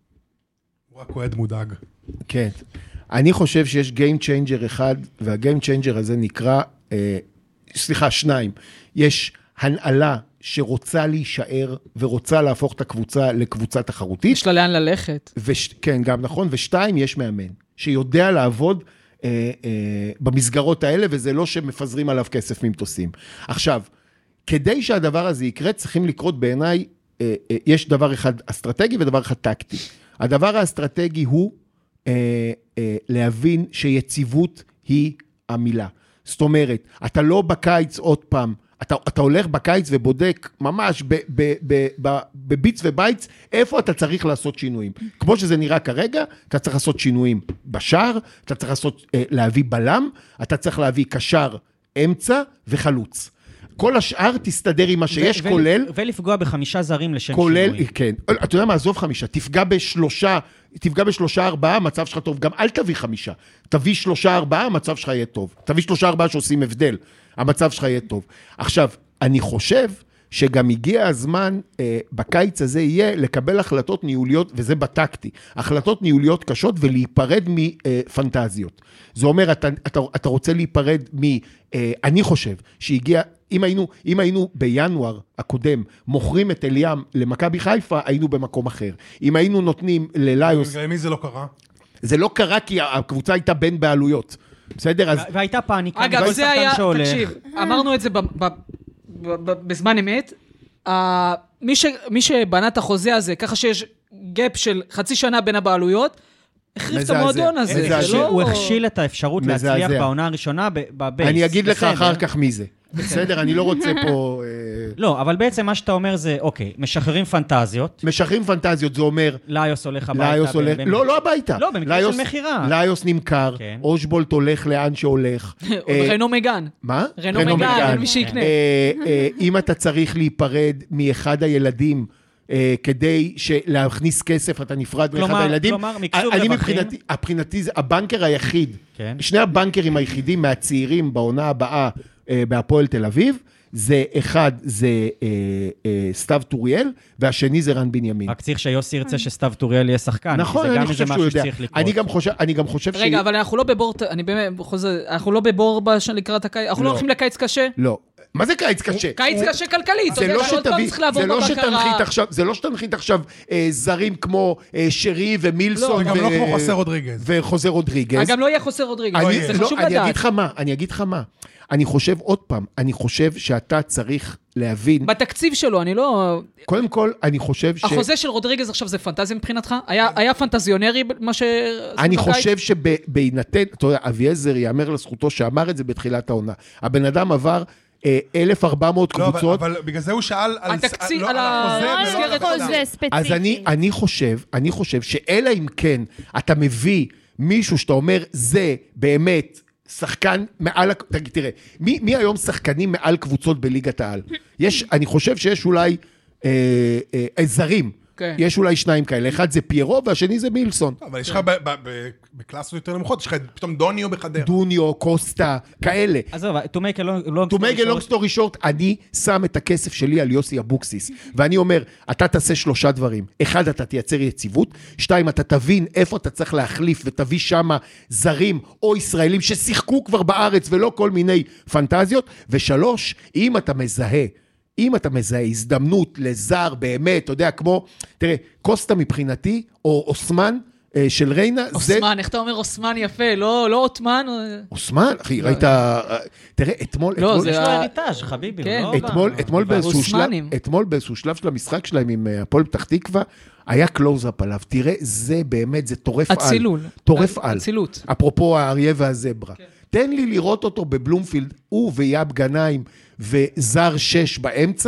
הוא רק אוהד מודאג. כן. אני חושב שיש Game Changer אחד, וה-Game Changer הזה נקרא, אה, סליחה, שניים. יש הנעלה שרוצה להישאר, ורוצה להפוך את הקבוצה לקבוצה תחרותית. יש לה לאן ללכת. וש, כן, גם נכון. ושתיים, יש מאמן, שיודע לעבוד אה, אה, במסגרות האלה, וזה לא שמפזרים עליו כסף ממטוסים. עכשיו, כדי שהדבר הזה יקרה, צריכים לקרות בעיניי, אה, אה, יש דבר אחד אסטרטגי ודבר אחד טקטי. הדבר האסטרטגי הוא אה, אה, להבין שיציבות היא המילה. זאת אומרת, אתה לא בקיץ עוד פעם, אתה, אתה הולך בקיץ ובודק ממש ב, ב, ב, ב, בביץ ובייץ, איפה אתה צריך לעשות שינויים. כמו שזה נראה כרגע, אתה צריך לעשות שינויים בשער, אתה צריך לעשות, אה, להביא בלם, אתה צריך להביא קשר, אמצע וחלוץ. כל השאר תסתדר עם מה שיש, ו- כולל... ולפגוע בחמישה זרים לשם כולל, שינוי. כן. אתה יודע מה, עזוב חמישה, תפגע בשלושה, תפגע בשלושה ארבעה, המצב שלך טוב. גם אל תביא חמישה. תביא שלושה ארבעה, המצב שלך יהיה טוב. תביא שלושה ארבעה שעושים הבדל. המצב שלך יהיה טוב. עכשיו, אני חושב שגם הגיע הזמן, אה, בקיץ הזה יהיה לקבל החלטות ניהוליות, וזה בטקטי, החלטות ניהוליות קשות ולהיפרד מפנטזיות. זה אומר, אתה, אתה, אתה רוצה להיפרד מ... אה, אני חושב שהגיע... אם היינו, אם היינו בינואר הקודם מוכרים את אליאם למכבי חיפה, היינו במקום אחר. אם היינו נותנים לליוס... למי זה לא קרה? זה לא קרה כי הקבוצה הייתה בין בעלויות. בסדר? אז... והייתה פאניקה. אגב, זה היה... תקשיב, אמרנו את זה ב, ב, ב, ב, בזמן אמת. Uh, מי, ש, מי שבנה את החוזה הזה, ככה שיש גאפ של חצי שנה בין הבעלויות, החריף את המועדון הזה. זה לא... הוא הכשיל את האפשרות להצליח בעונה הראשונה בבייס. אני אגיד לך אחר כך מי זה. בסדר, אני לא רוצה פה... לא, אבל בעצם מה שאתה אומר זה, אוקיי, משחררים פנטזיות. משחררים פנטזיות, זה אומר... ליוס הולך הביתה. ליוס הולך... לא, לא הביתה. לא, במקרה של מחירה. ליוס נמכר, אושבולט הולך לאן שהולך. רנו מגן. מה? רנו מגן, מי שיקנה. אם אתה צריך להיפרד מאחד הילדים, כדי להכניס כסף, אתה נפרד מאחד הילדים. כלומר, מקסוב רווחים. מבחינתי, הבנקר היחיד, שני הבנקרים היחידים מהצעירים בעונה הבאה, בהפועל תל אביב, זה אחד זה אה, אה, סתיו טוריאל, והשני זה רן בנימין. רק צריך שיוסי ירצה שסתיו טוריאל יהיה שחקן. נכון, אני חושב שהוא יודע. אני גם חושב, אני גם חושב רגע, אבל אנחנו לא בבור, אני באמת חוזר, אנחנו לא בבור לקראת הקיץ, אנחנו לא הולכים לקיץ קשה? לא. מה זה קיץ קשה? קיץ קשה כלכלית. זה לא שתביא, זה לא שתנחית עכשיו, זה לא שתנחית עכשיו זרים כמו שרי ומילסון. זה גם לא כמו חוסר רודריגז. וחוזר רודריגז. גם לא יהיה חוסר רודריגז, זה חשוב לדעת. אני אגיד לך מה, אני אגיד לך מה. אני חושב עוד פעם, אני חושב שאתה צריך להבין... בתקציב שלו, אני לא... קודם כל, אני חושב ש... החוזה של רודריגז עכשיו זה פנטזיה מבחינתך? היה, היה פנטזיונרי מה ש... אני חושב שבהינתן, אתה יודע, אביעזר יאמר לזכותו שאמר את זה בתחילת העונה. הבן אדם עבר אלף וארבע מאות קבוצות. לא, אבל, אבל בגלל זה הוא שאל על, התקציב, לא, על החוזה ולא על חוזה ספציפי. אז אני, אני חושב, אני חושב שאלא אם כן אתה מביא מישהו שאתה אומר, זה באמת... שחקן מעל, תראה, מי, מי היום שחקנים מעל קבוצות בליגת העל? יש, אני חושב שיש אולי אה, אה, זרים, כן. יש אולי שניים כאלה, אחד זה פיירו והשני זה מילסון. אבל יש לך בקלאסות יותר נמוכות, יש לך פתאום דוניו בחדר. דוניו, קוסטה, כאלה. עזוב, to make a long story short, אני שם את הכסף שלי על יוסי אבוקסיס, ואני אומר, אתה תעשה שלושה דברים. אחד, אתה תייצר יציבות, שתיים, אתה תבין איפה אתה צריך להחליף, ותביא שם זרים או ישראלים ששיחקו כבר בארץ, ולא כל מיני פנטזיות, ושלוש, אם אתה מזהה, אם אתה מזהה הזדמנות לזר באמת, אתה יודע, כמו, תראה, קוסטה מבחינתי, או אוסמן של ריינה, זה... אוסמן, איך אתה אומר אוסמן יפה, לא, לא אוטמן? אוסמן, אחי, ראית, תראה, אתמול... לא, זה... יש לו הריטאז' חביבי, לא... אתמול באיזשהו שלב, אתמול באיזשהו שלב של המשחק שלהם עם הפועל פתח תקווה, היה קלוז-אפ עליו, תראה, זה באמת, זה טורף על. הצילול. טורף על. הצילות. אפרופו האריה והזברה. תן לי לראות אותו בבלומפילד, הוא ויאב גנאים וזר שש באמצע,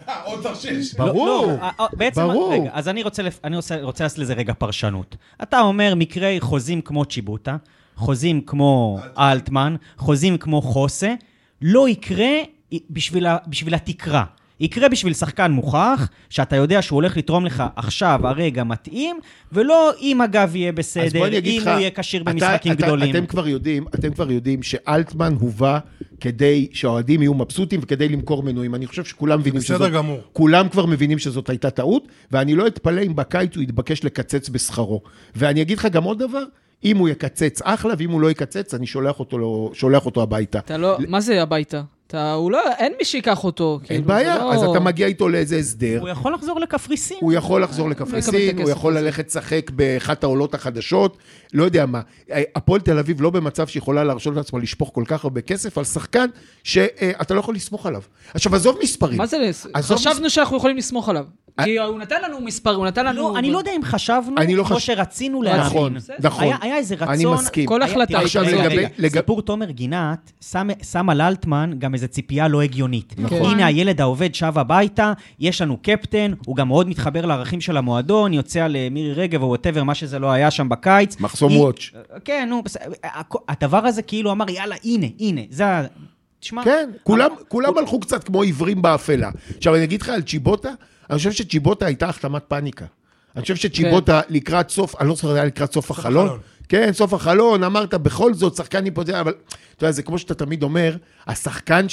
עוד תרשיש. ברור, לא, לא, בעצם, ברור. רגע, אז אני רוצה, אני רוצה, רוצה לעשות לזה רגע פרשנות. אתה אומר מקרי חוזים כמו צ'יבוטה, חוזים כמו אלטמן, חוזים כמו חוסה, לא יקרה בשביל, בשביל התקרה. יקרה בשביל שחקן מוכח, שאתה יודע שהוא הולך לתרום לך עכשיו הרגע מתאים, ולא אם הגב יהיה בסדר, אם הוא יהיה קשיר במשחקים אתה, גדולים. אתם כבר יודעים, אתם כבר יודעים שאלטמן הובא כדי שהאוהדים יהיו מבסוטים וכדי למכור מנויים. אני חושב שכולם מבינים שזאת, גמור. כולם כבר מבינים שזאת הייתה טעות, ואני לא אתפלא אם בקיץ הוא יתבקש לקצץ בשכרו. ואני אגיד לך גם עוד דבר, אם הוא יקצץ אחלה, ואם הוא לא יקצץ, אני שולח אותו, שולח אותו הביתה. אתה לא, מה זה הביתה? אתה, הוא לא, אין מי שיקח אותו. אין כאילו, בעיה, לא... אז אתה מגיע איתו לאיזה הסדר. הוא יכול לחזור לקפריסין. הוא יכול לחזור לקפריסין, הוא יכול ללכת לשחק באחת העולות החדשות, לא יודע מה. הפועל תל אביב לא במצב שיכולה להרשות לעצמה לשפוך כל כך הרבה כסף על שחקן שאתה לא יכול לסמוך עליו. עכשיו, עזוב מספרים. מה זה? חשבנו שאנחנו יכולים לסמוך עליו. כי הוא נתן לנו מספר, הוא נתן לנו... אני לא יודע אם חשבנו, כמו שרצינו להבין. נכון, נכון. היה איזה רצון... אני מסכים. כל החלטה. סיפור תומר גינת, שם על אלטמן גם איזה ציפייה לא הגיונית. הנה הילד העובד שב הביתה, יש לנו קפטן, הוא גם מאוד מתחבר לערכים של המועדון, יוצא למירי רגב או whatever, מה שזה לא היה שם בקיץ. מחסום וואץ'. כן, נו, הדבר הזה כאילו אמר, יאללה, הנה, הנה, זה... תשמע... כן, כולם הלכו קצת כמו עיוורים באפלה. עכשיו, אני אגיד לך על צ'יבוטה, אני חושב שצ'יבוטה הייתה החתמת פאניקה. אני חושב שצ'יבוטה לקראת סוף, אני לא זוכר, היה לקראת סוף החלון. כן, סוף החלון, אמרת, בכל זאת, שחקן היפותטי, אבל אתה יודע, זה כמו שאתה תמיד אומר, השחקן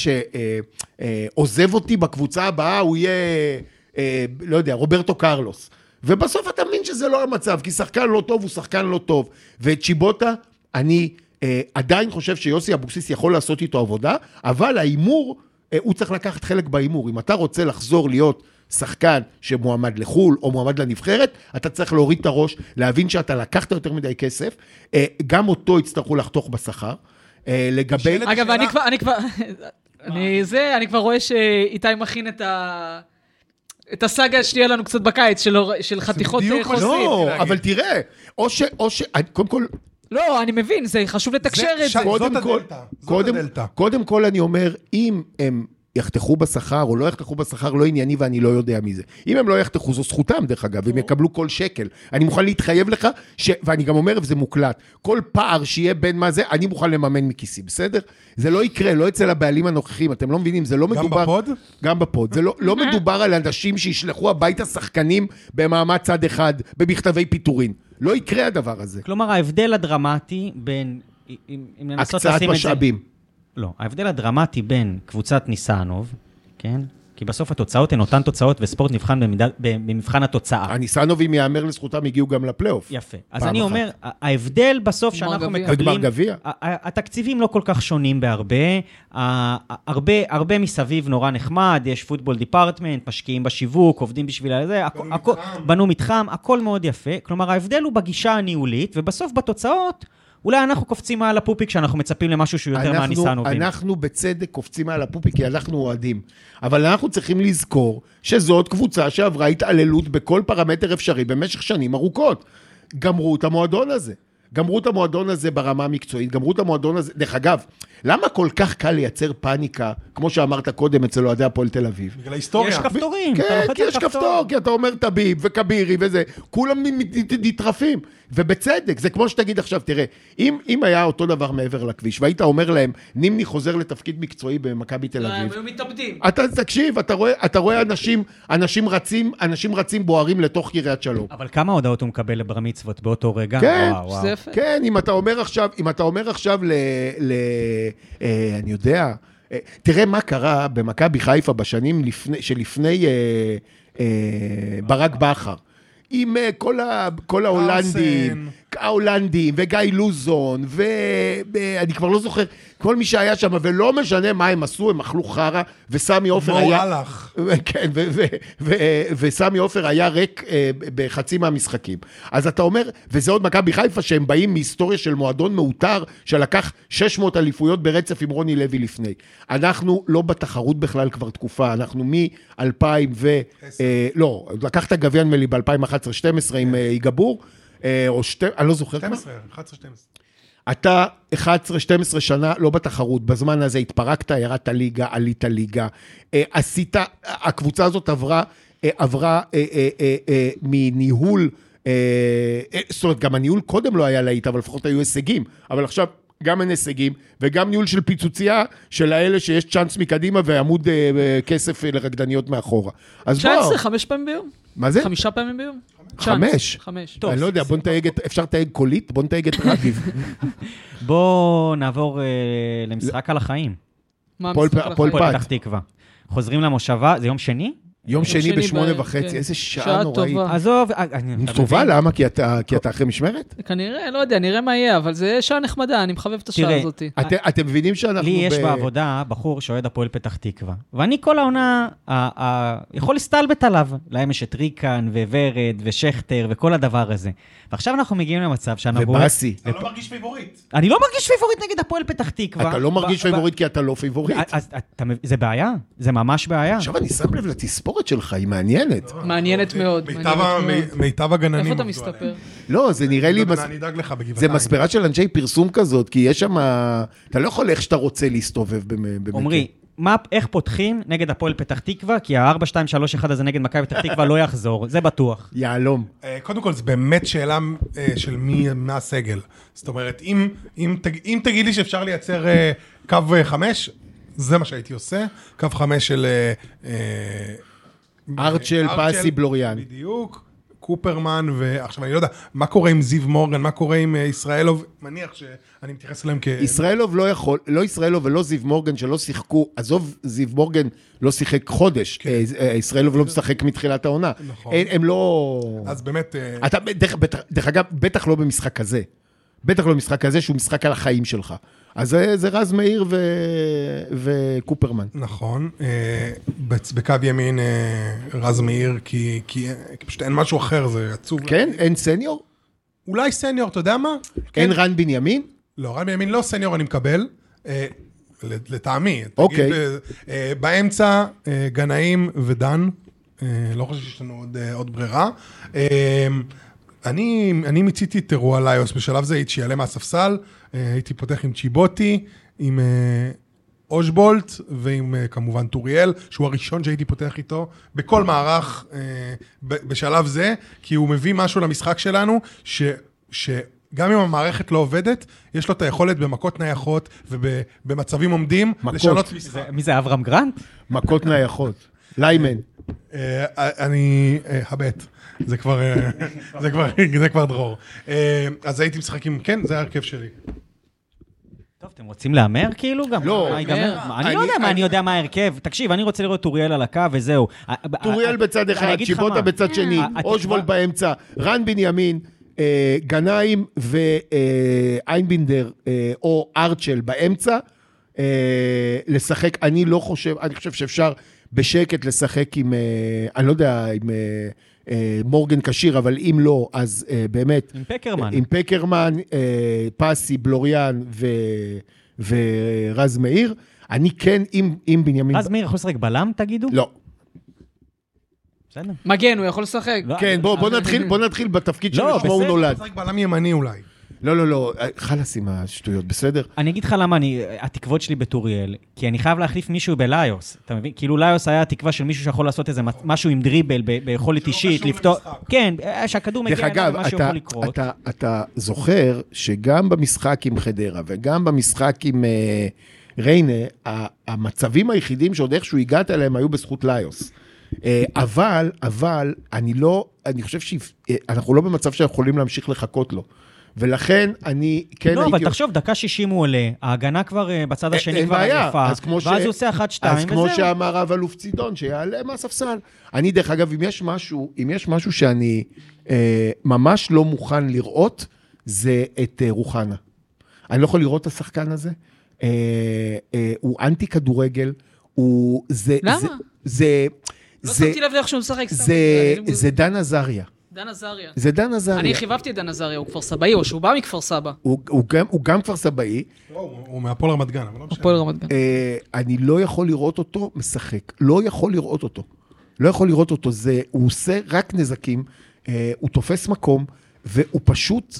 שעוזב אותי בקבוצה הבאה, הוא יהיה, לא יודע, רוברטו קרלוס. ובסוף אתה מבין שזה לא המצב, כי שחקן לא טוב הוא שחקן לא טוב. וצ'יבוטה, אני עדיין חושב שיוסי אבוקסיס יכול לעשות איתו עבודה, אבל האימור, הוא צריך לקחת חלק באימור. אם אתה רוצה לחזור להיות שחקן שמועמד לחול או מועמד לנבחרת, אתה צריך להוריד את הראש, להבין שאתה לקחת יותר מדי כסף, גם אותו יצטרכו לחתוך בשכר. לגבי... אגב, אני כבר, אני כבר, אני זה, אני כבר רואה שאיתי מכין את ה... את הסאגה שתהיה לנו קצת בקיץ של חתיכות חוסית. לא, אבל תראה, או ש... או ש... קודם כל... לא, אני מבין, זה חשוב לתקשר את זה. קודם כל, קודם כל אני אומר, אם הם יחתכו בשכר או לא יחתכו בשכר, לא ענייני ואני לא יודע מי זה. אם הם לא יחתכו, זו זכותם דרך אגב, הם יקבלו כל שקל. אני מוכן להתחייב לך, ש... ואני גם אומר, וזה מוקלט, כל פער שיהיה בין מה זה, אני מוכן לממן מכיסי, בסדר? זה לא יקרה, לא אצל הבעלים הנוכחים, אתם לא מבינים, זה לא מדובר... גם בפוד? גם בפוד. זה לא, לא מדובר על אנשים שישלחו הביתה שחקנים במעמד צד אחד, במכתבי פיטורין. לא יקרה הדבר הזה. כלומר, ההבדל הדרמטי בין... הקצאת משאבים. לא, ההבדל הדרמטי בין קבוצת ניסנוב, כן? כי בסוף התוצאות הן אותן תוצאות, וספורט נבחן במיד, במבחן התוצאה. הניסנובים יאמר לזכותם, הגיעו גם לפלייאוף. יפה. אז אני אומר, ההבדל בסוף שאנחנו מקבלים, התקציבים לא כל כך שונים בהרבה, הרבה, הרבה מסביב נורא נחמד, יש פוטבול דיפרטמנט, משקיעים בשיווק, עובדים בשביל זה, בנו מתחם, הכל מאוד יפה. כלומר, ההבדל הוא בגישה הניהולית, ובסוף בתוצאות, אולי אנחנו קופצים מעל הפופי כשאנחנו מצפים למשהו שהוא יותר מהניסנובים. אנחנו בצדק קופצים מעל הפופי כי אנחנו אוהדים. אבל אנחנו צריכים לזכור שזאת קבוצה שעברה התעללות בכל פרמטר אפשרי במשך שנים ארוכות. גמרו את המועדון הזה. גמרו את המועדון הזה ברמה המקצועית, גמרו את המועדון הזה. דרך אגב, למה כל כך קל לייצר פניקה, כמו שאמרת קודם אצל אוהדי הפועל תל אביב? בגלל ההיסטוריה. יש כפתורים. כן, כי יש כפתור, כי אתה אומר טביב וכבירי וזה, כולם נטרפים. ובצדק, זה כמו שתגיד עכשיו, תראה, אם, אם היה אותו דבר מעבר לכביש, והיית אומר להם, נימני חוזר לתפקיד מקצועי במכבי תל אביב. הם היו מתאבדים. אתה תקשיב, אתה רואה, אתה רואה אנשים, אנשים רצים, אנשים רצים בוערים לתוך קריית שלום. אבל כמה הודעות הוא מקבל לבר מצוות באותו רגע? כן, וואו, וואו. כן, אם אתה אומר עכשיו, אם אתה אומר עכשיו ל, ל אה, אני יודע, אה, תראה מה קרה במכבי חיפה בשנים לפני, שלפני אה, אה, ברק בכר. עם כל, ה, כל ההולנדים, ההולנדים וגיא לוזון, ואני כבר לא זוכר, כל מי שהיה שם, ולא משנה מה הם עשו, הם אכלו חרה, וסמי עופר היה... הלך. כן, וסמי עופר היה ריק בחצי מהמשחקים. אז אתה אומר, וזה עוד מכבי חיפה, שהם באים מהיסטוריה של מועדון מאותר, שלקח שש מאות אליפויות ברצף עם רוני לוי לפני. אנחנו לא בתחרות בכלל כבר תקופה, אנחנו מ-אלפיים ו... לא, לקחת גביע מלי ב-אלפיים ואחת עשרה שתים עשרה עם יגבור, או שתי... אני לא זוכר. שתים עשרה, אחת עשרה שתים עשרה. אתה אחת עשרה שתים עשרה שנה לא בתחרות, בזמן הזה התפרקת, ירדת ליגה, עלית ליגה, עשית, הקבוצה הזאת עברה, עברה מניהול, זאת אומרת, גם הניהול קודם לא היה להיט, אבל לפחות היו הישגים, אבל עכשיו גם אין הישגים, וגם ניהול של פיצוצייה, של האלה שיש צ'אנס מקדימה, ועמוד כסף לרקדניות מאחורה. אז בואו. תשע עשרה, חמש פעמים ביום? מה זה? חמישה פעמים ביום? חמש. חמש. אני לא יודע, בוא נתייג את, אפשר לתייג קולית? בוא נתייג את רביב. בואו נעבור למשחק על החיים. מה פועל המשחק פועל לחיים? פת. פתח תקווה. חוזרים למושבה, זה יום שני? יום שני שני בשמונה ב- וחצי, כן. איזה שעה שעה נוראית. טובה. עזוב, אני... טובה, למה? כי אתה כי אתה אחרי משמרת? כנראה, לא יודע, נראה מה יהיה, אבל זה שעה נחמדה, אני מחבב את השעה תראה, הזאת. אתם- אתם מבינים שאנחנו... לי יש ב- בעבודה בחור שאוהד הפועל פתח תקווה, ואני כל העונה ה- ה- יכול להסתלבט עליו. להם יש את ריקן וורד ושכטר וכל הדבר הזה. ועכשיו אנחנו מגיעים למצב שאנחנו... ובאסי. אתה לא מרגיש פיבוריט. אני לא מרגיש פיבוריט נגד הפועל פתח תקווה. אתה לא מרגיש ב- ב- פיבוריט כי אתה לא פיבוריט. אז אתה מבין, זה בעיה, זה ממש בעיה. עכשיו אני שם לב לתספורת שלך, היא מעניינת. מעניינת מאוד. מיטב מעניינת ה- מאוד. מ- מיטב הגננים. איפה אתה עבדו מסתפר? עליהם. לא, זה נראה לי... לא יודע, מס- אני אדאג לך בגבעתיים. זה מספרה של אנשי פרסום כזאת, כי יש שם... אתה לא יכול איך שאתה רוצה להסתובב במקרה. עומרי, מה, איך פותחים נגד הפועל פתח תקווה? כי ה-ארבע שתיים שלוש אחת הזה נגד מכבי פתח תקווה לא יחזור, זה בטוח. יעלום. אה, קודם כל, זו באמת שאלה אה, של מי מהסגל. זאת אומרת, אם, אם, תג, אם תגיד לי שאפשר לייצר אה, קו אה, חמש, זה מה שהייתי עושה. קו חמש של... אה, אה, ארצ'ל, פאסי, בלוריאן. בדיוק. קופרמן, ועכשיו אני לא יודע, מה קורה עם זיו מורגן, מה קורה עם אה, ישראלוב, מניח שאני מתייחס אליהם כ... ישראלוב לא יכול, לא ישראלוב ולא זיו מורגן שלא שיחקו, עזוב, זיו מורגן לא שיחק חודש, אה, אה, ישראלוב לא משחק מתחילת העונה. נכון. הם הם לא... אז באמת... אה, אתה, דרך, בטח, דרך אגב, בטח לא במשחק כזה. בטח לא במשחק כזה, שהוא משחק על החיים שלך. אז זה, זה רז מאיר ו... וקופרמן. נכון, אה, בצ- בקו ימין אה, רז מאיר, כי, כי, אה, כי פשוט אין משהו אחר, זה עצוב. כן? אין סניור? אולי סניור, אתה יודע מה? אין כן. רן בנימין? לא, רן בימין לא סניור, אני מקבל. אה, לטעמי. תגיד, אוקיי. אה, אה, באמצע, אה, גנאים ודן. אה, לא חושב שיש לנו עוד, אה, עוד ברירה. אה, אני, אני מיציתי את אירוע ליוס, בשלב זה הייתי שיעלה מהספסל, אה, הייתי פותח עם צ'יבוטי, עם אה, אושבולט, ועם אה, כמובן טוריאל, שהוא הראשון שהייתי פותח איתו, בכל מערך אה, ב- בשלב זה, כי הוא מביא משהו למשחק שלנו, ש... ש גם אם המערכת לא עובדת, יש לו את היכולת במכות נייחות ובמצבים עומדים, מכות. לשנות משחק. זה- מי זה, אברהם גרנט? מכות נייחות. ליימן. אה, אני, אה, הבט, זה כבר, אה, זה כבר, זה כבר דרור. אה, אז הייתי משחק עם, כן, זה ההרכב שלי. טוב, אתם רוצים להמר כאילו גם? לא. מה ייגמר? להמר. אני לא אני- יודע מה, אני- אני יודע מה ההרכב. תקשיב, אני רוצה לראות טוריאל על הקו וזהו. טוריאל בצד אני אחד, אגיד לך צ'יבוטה מה. בצד שני, אה, התקווה- אושבולט באמצע, רן בנימין, אה, גנאים ואיינבינדר או ארצ'ל באמצע, אה, לשחק, אני לא חושב, אני חושב שאפשר בשקט לשחק עם, אה, אני לא יודע, עם אה, אה, מורגן קשיר, אבל אם לא, אז אה, באמת, עם פקרמן. עם פקרמן, אה, פאסי, בלוריאן ו, ורז מאיר, אני כן עם, עם בנימין... רז מאיר יכול לשחק בלם, תגידו? לא. בסדר. מגן, הוא יכול לשחק. לא, כן, בוא, בוא נתחיל, בוא נתחיל בתפקיד לא, שלשמו הוא בסדר. נולד. משחק בלם ימני אולי. לא, לא, לא, חלאס עם השטויות, בסדר? אני אגיד לך למה אני, התקוות שלי בטוריאל, כי אני חייב להחליף מישהו בליוס, אתה מבין? כאילו ליוס היה התקווה של מישהו שיכול לעשות איזה משהו עם דריבל, ב- ביכולת שלא אישית, קשור לפתוח, למשחק. כן, שהכדור דרך מגיע אליו, אגב, משהו אתה, יכול לקרות. אתה, אתה זוכר שגם במשחק עם חדרה וגם במשחק עם אה, ריינה, ה- המצבים היחידים שעוד איכשהו הגעת אליהם היו בזכות ליוס. אה, אבל, אבל, אני לא, אני חושב שאנחנו לא במצב שיכולים להמשיך לחכות לו. ולכן אני כן לא, הייתי... אבל תחשוב, דקה שישים הוא עולה, ההגנה כבר אה, בצד השני אין כבר בעיה, עייפה, אז כמו ש- ואז הוא עושה אחת שתיים, אז כמו וזהו. שאמר רב אלוף צידון, שיעלה מהספסל. אני, דרך אגב, אם יש משהו, אם יש משהו שאני אה, ממש לא מוכן לראות, זה את אה, רוחנה. אני לא יכול לראות את השחקן הזה. אה, אה, הוא אנטי כדורגל, הוא... זה, למה? זה, זה, לא זה, שמתי לב לאיך שהוא משחק. סתם. זה, אני- זה דן עזריה. דן עזריה. זה דן עזריה. אני חיבבתי את דן עזריה, הוא כפר סבאי, או שהוא בא מכפר סבא. הוא, הוא, גם, הוא גם כפר סבאי. לא, הוא הוא מהפועל רמת גן, אבל לא משנה. הפועל רמת גן. אה, אני לא יכול לראות אותו משחק. לא יכול לראות אותו. לא יכול לראות אותו. זה, הוא עושה רק נזקים, אה, הוא תופס מקום, והוא פשוט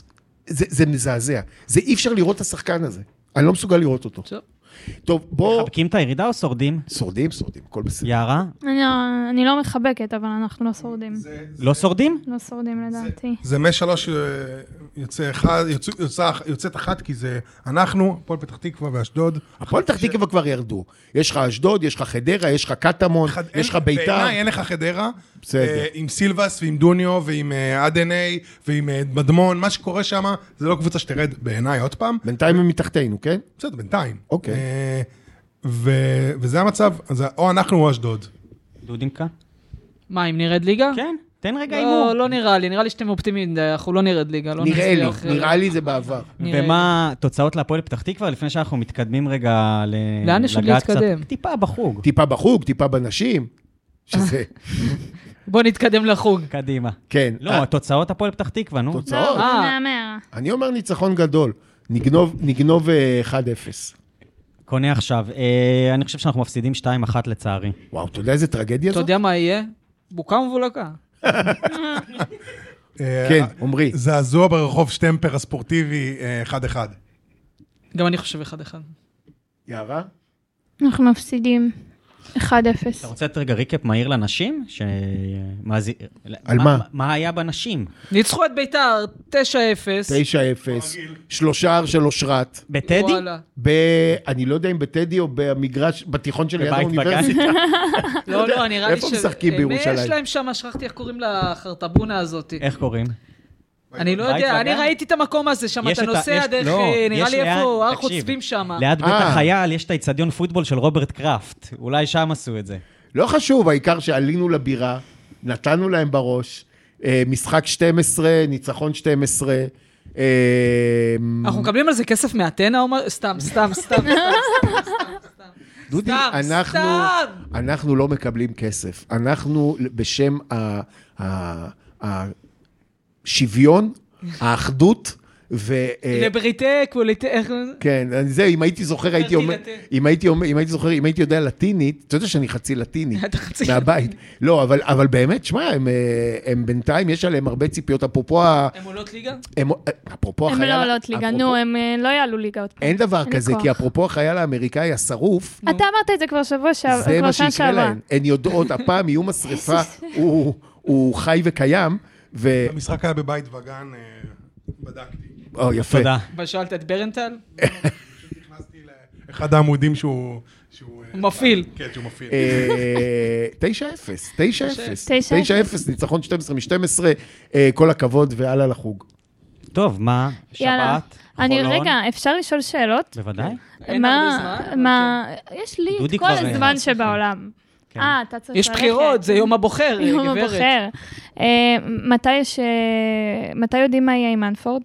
זה, זה מזעזע. זה אי אפשר לראות את השחקן הזה. אני לא מסוגל לראות אותו. טוב. טוב, בוא... מחבקים את הירידה או שורדים? שורדים, שורדים, הכל בסדר. יערה? אני, אני לא מחבקת, אבל אנחנו לא שורדים. לא שורדים? לא שורדים לדעתי. זה משלוש יוצא אחד, יוצא, יוצא, יוצאת אחת, כי זה אנחנו, הפועל פתח תקווה ואשדוד. הפועל פתח תקווה כבר ירדו. יש לך אשדוד, יש לך חדרה, יש לך קטמון, יש לך ביתר. בעיניי אין לך חדרה, בסדר. עם סילבס ועם דוניו ועם אדני ועם מדמון, מה שקורה שם, זה לא קבוצה שתרד בעיניי עוד פעם. בינתיים הם מתחתנו, כן? בסדר, בינתיים. אוקיי. אה, ו- וזה המצב, אז או אנחנו או אשדוד. דודינקה? מה, אם נרד ליגה? כן, תן רגע לא, אימור. לא נראה לי, נראה לי שאתם אופטימיים, אנחנו לא נרד ליגה. לא נראה לי, נצליח, נראה לי זה בעבר. נראה ומה תוצאות להפועל פתח תקווה, לפני שאנחנו מתקדמים רגע ל... לאן יש עוד לגעת קצת- להתקדם? טיפה בחוג. טיפה בחוג, טיפה בנשים, שזה, בוא נתקדם לחוג. קדימה. כן. לא, תוצאות הפועל פתח תקווה, נו. תוצאות. לא, אה. זה מהמר. אני אומר ניצחון גדול. נגנוב, נגנוב אה, אחד אפס. קונה עכשיו. אה, אני חושב שאנחנו מפסידים שתיים אחת לצערי. וואו, אתה יודע איזה טרגדיה אתה זאת? יודע מה יהיה? בוקה מבולקה. כן, עומרי. זעזוע ברחוב שטמפר הספורטיבי, אה, אחד אחד. גם אני חושב אחד אחד. יערה? אנחנו מפסידים אחד אפס. אתה רוצה לתת רגע ריקאפ מהיר לנשים? ש... מה זה... על מה? מה היה בנשים? ניצחו את ביתר תשע אפס. תשע אפס. שלושה של אושרת. בטדי? וואלה. ב... אני לא יודע אם בטדי או במגרש, בתיכון של יד בבית האוניברסיטה. לא, לא, נראה לי איפה משחקים בירושלים? יש להם שם, שכחתי איך קוראים לחרטבונה הזאת. איך קוראים? אני לא בית יודע, אני וגן? ראיתי את המקום הזה שם, יש אתה את ה- נוסע יש- דרך, לא, נראה יש לי ליד- איפה, הר תקשיב, חוצבים שם. ליד בית אה. החייל יש את האצטדיון פוטבול של רוברט קראפט. אולי שם עשו את זה. לא חשוב, העיקר שעלינו לבירה, נתנו להם בראש, אה, משחק שתים עשרה, ניצחון שתים עשרה. אה, אנחנו מקבלים על זה כסף מאתנה או מה? סתם, סתם, סתם, סתם, סתם. דודי, סתם, אנחנו, סתם. אנחנו לא מקבלים כסף. אנחנו בשם ה- ה- השוויון, האחדות, ו... אה, לבריטק, פוליטק, כן, אני זה, אם הייתי זוכר, הייתי אומר, לטין. אם הייתי אומר, אם הייתי זוכר, אם הייתי יודע לטינית, אתה יודע שאני חצי לטיני, אתה חצי מהבית. לא, אבל, אבל באמת, שמע, הם, אה, הם בינתיים, יש עליהם הרבה ציפיות, אפרופו, ה- הם עולות ליגה? הם, אפרופו הם החייל, לא עולות ליגה, אפרופו- נו, הם אה, לא יעלו ליגה עוד פעם. אין דבר אין לי כזה, כוח. כי אפרופו החייל האמריקאי השרוף, אתה אמרת את זה כבר שבוע שעבר, זה כבר מה שנה שיקרה שעברה. להם. הן יודעות, הפעם איום השריפה הוא, הוא חי וקיים, ו... המשחק היה בבית וגן, אה, בדקתי. או, יפה. תודה. אבל שאלת את ברנטל? נכנסתי לאחד העמודים שהוא... שהוא, אה, הוא מפעיל. כן, שהוא מפעיל. אה, תשע אפס, תשע אפס, תשע תשע אפס, ניצחון שתים עשרה מ-שתים עשרה, אה, כל הכבוד והלאה לחוג. טוב, מה? יאללה. שבת? אני, חולון? רגע, אפשר לשאול שאלות? בוודאי. אין מה- הרבה זמן, אבל מה, יש לי דודי את כל כבר, אה, הזמן שבעולם. כן. אה, אתה צריך יש ללכת. בחירות, זה יום הבוחר, יום גברת. הבוחר. אה, מתי יש... אה, מתי יודעים מה יהיה עם מנפורד?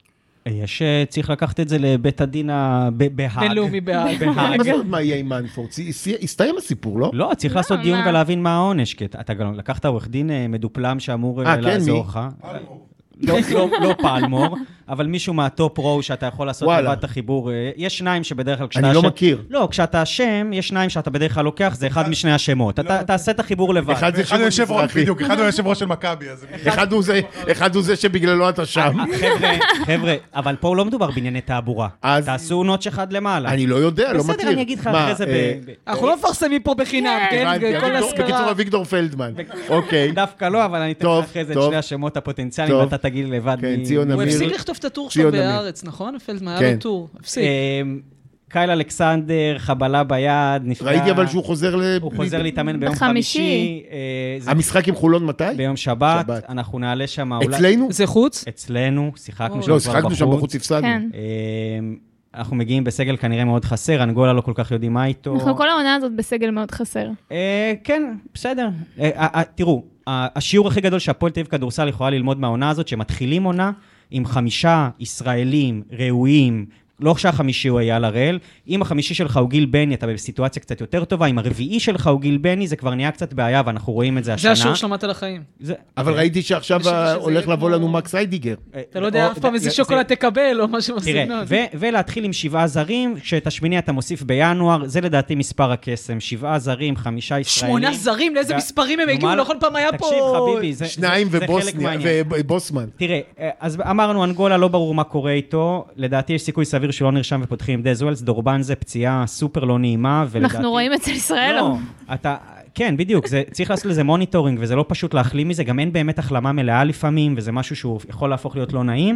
יש, אה, צריך לקחת את זה לבית הדין ה- ב- בהאג. בינלאומי בהאג. מה זה עוד מה יהיה עם מנפורד? הסתיים הסיפור, לא? לא, צריך לעשות דיון מה? ולהבין מה העונש, כי אתה גם לקחת עורך דין אה, מדופלם שאמור אה, אה, כן, לעזור מי? לך. לא, לא, לא פלמור, אבל מישהו מהטופ רו שאתה יכול לעשות וואלה. לבד את החיבור. אה, יש שניים שבדרך כלל כשאתה... אני לא השם- מכיר. לא, כשאתה השם, יש שניים שאתה בדרך כלל לוקח, זה אחד משני השמות. אתה תעשה את החיבור לבד. אחד זה אחד שמעון היושב ראש, מזרחי. בדיוק, אחד הוא היושב ראש של מכבי, אז... אחד הוא זה- אחד הוא זה שבגללו אתה שם. חבר'ה, חבר'ה, אבל פה לא מדובר בענייני תעבורה. אז- תעשו נוטש אחד למעלה. אני לא יודע, לא מכיר. בסדר, אני אגיד לך מה, אחרי זה אה, ב... ב- אנחנו לא מפרסמים פה בחינם, כן? הבנתי, כל אביגדור- בקיצור, הסקרה. אביגדור פלדמן. אוקיי. דווקא לא, אבל אני אתן טוב, לך אחרי זה את טוב. שני השמות הפוטנציאליים, טוב. ואתה תגיד לי לבד כן, מי- ציון הוא אמיר. הפסיק לכתוב את הטור ציון שלו אמיר. בארץ, נכון? פלדמן, כן. היה לו טור. הפסיק. אמ, קייל אלכסנדר, חבלה ביד, נפגע. ראיתי אבל שהוא חוזר ל... הוא חוזר להתאמן ביום בחמישי. חמישי. אה, זה המשחק עם חולון מתי? ביום שבת. שבת. אנחנו נעלה שם אולי... אצלנו? זה חוץ? אצלנו, שיחקנו או, שם לא, כבר שיחקנו שם בחוץ. בחוץ, הפסדנו. כן. אמ, אנחנו מגיעים בסגל כנראה מאוד חסר, אנגולה לא כל כך יודעים מה איתו. אנחנו כל העונה הזאת בסגל מאוד חסר. אה, כן, בסדר. אה, אה, אה, תראו, ה- השיעור הכי גדול שהפועל תל אביב כדורסל יכולה ללמוד מהעונה הזאת, שמתחילים עונה עם חמישה ישראלים ראויים, לא שהחמישי הוא אייל הראל, אם החמישי שלך הוא גיל בני, אתה בסיטואציה קצת יותר טובה, אם הרביעי שלך הוא גיל בני, זה כבר נהיה קצת בעיה, ואנחנו רואים את זה השנה. זה השיעור שלמדת לחיים. אבל ראיתי שעכשיו הולך לבוא לנו מקס היידיגר. אתה לא יודע אף פעם איזה שוקולד תקבל, או משהו בסגנון. תראה, ולהתחיל עם שבעה זרים, כשאת השמיני אתה מוסיף בינואר, זה לדעתי מספר הקסם, שבעה זרים, חמישה ישראלים. שמונה זרים, לאיזה מספרים הם הגיעו, נכון פעם היה פה... תקשיב, חביבי, זה שניים ובוסמן. תראה, אז אמרנו, אנגולה לא ברור מה קורה איתו, לדעתי יש סיכוי סביר שלא נרשם ופותחים עם דז ווילס, דורבן זה פציעה סופר לא נעימה, ולדעתי... אנחנו רואים אצל ישראל. לא, אתה... כן, בדיוק, זה, צריך לעשות לזה מוניטורינג, וזה לא פשוט להחלים מזה, גם אין באמת החלמה מלאה לפעמים, וזה משהו שהוא יכול להפוך להיות לא נעים.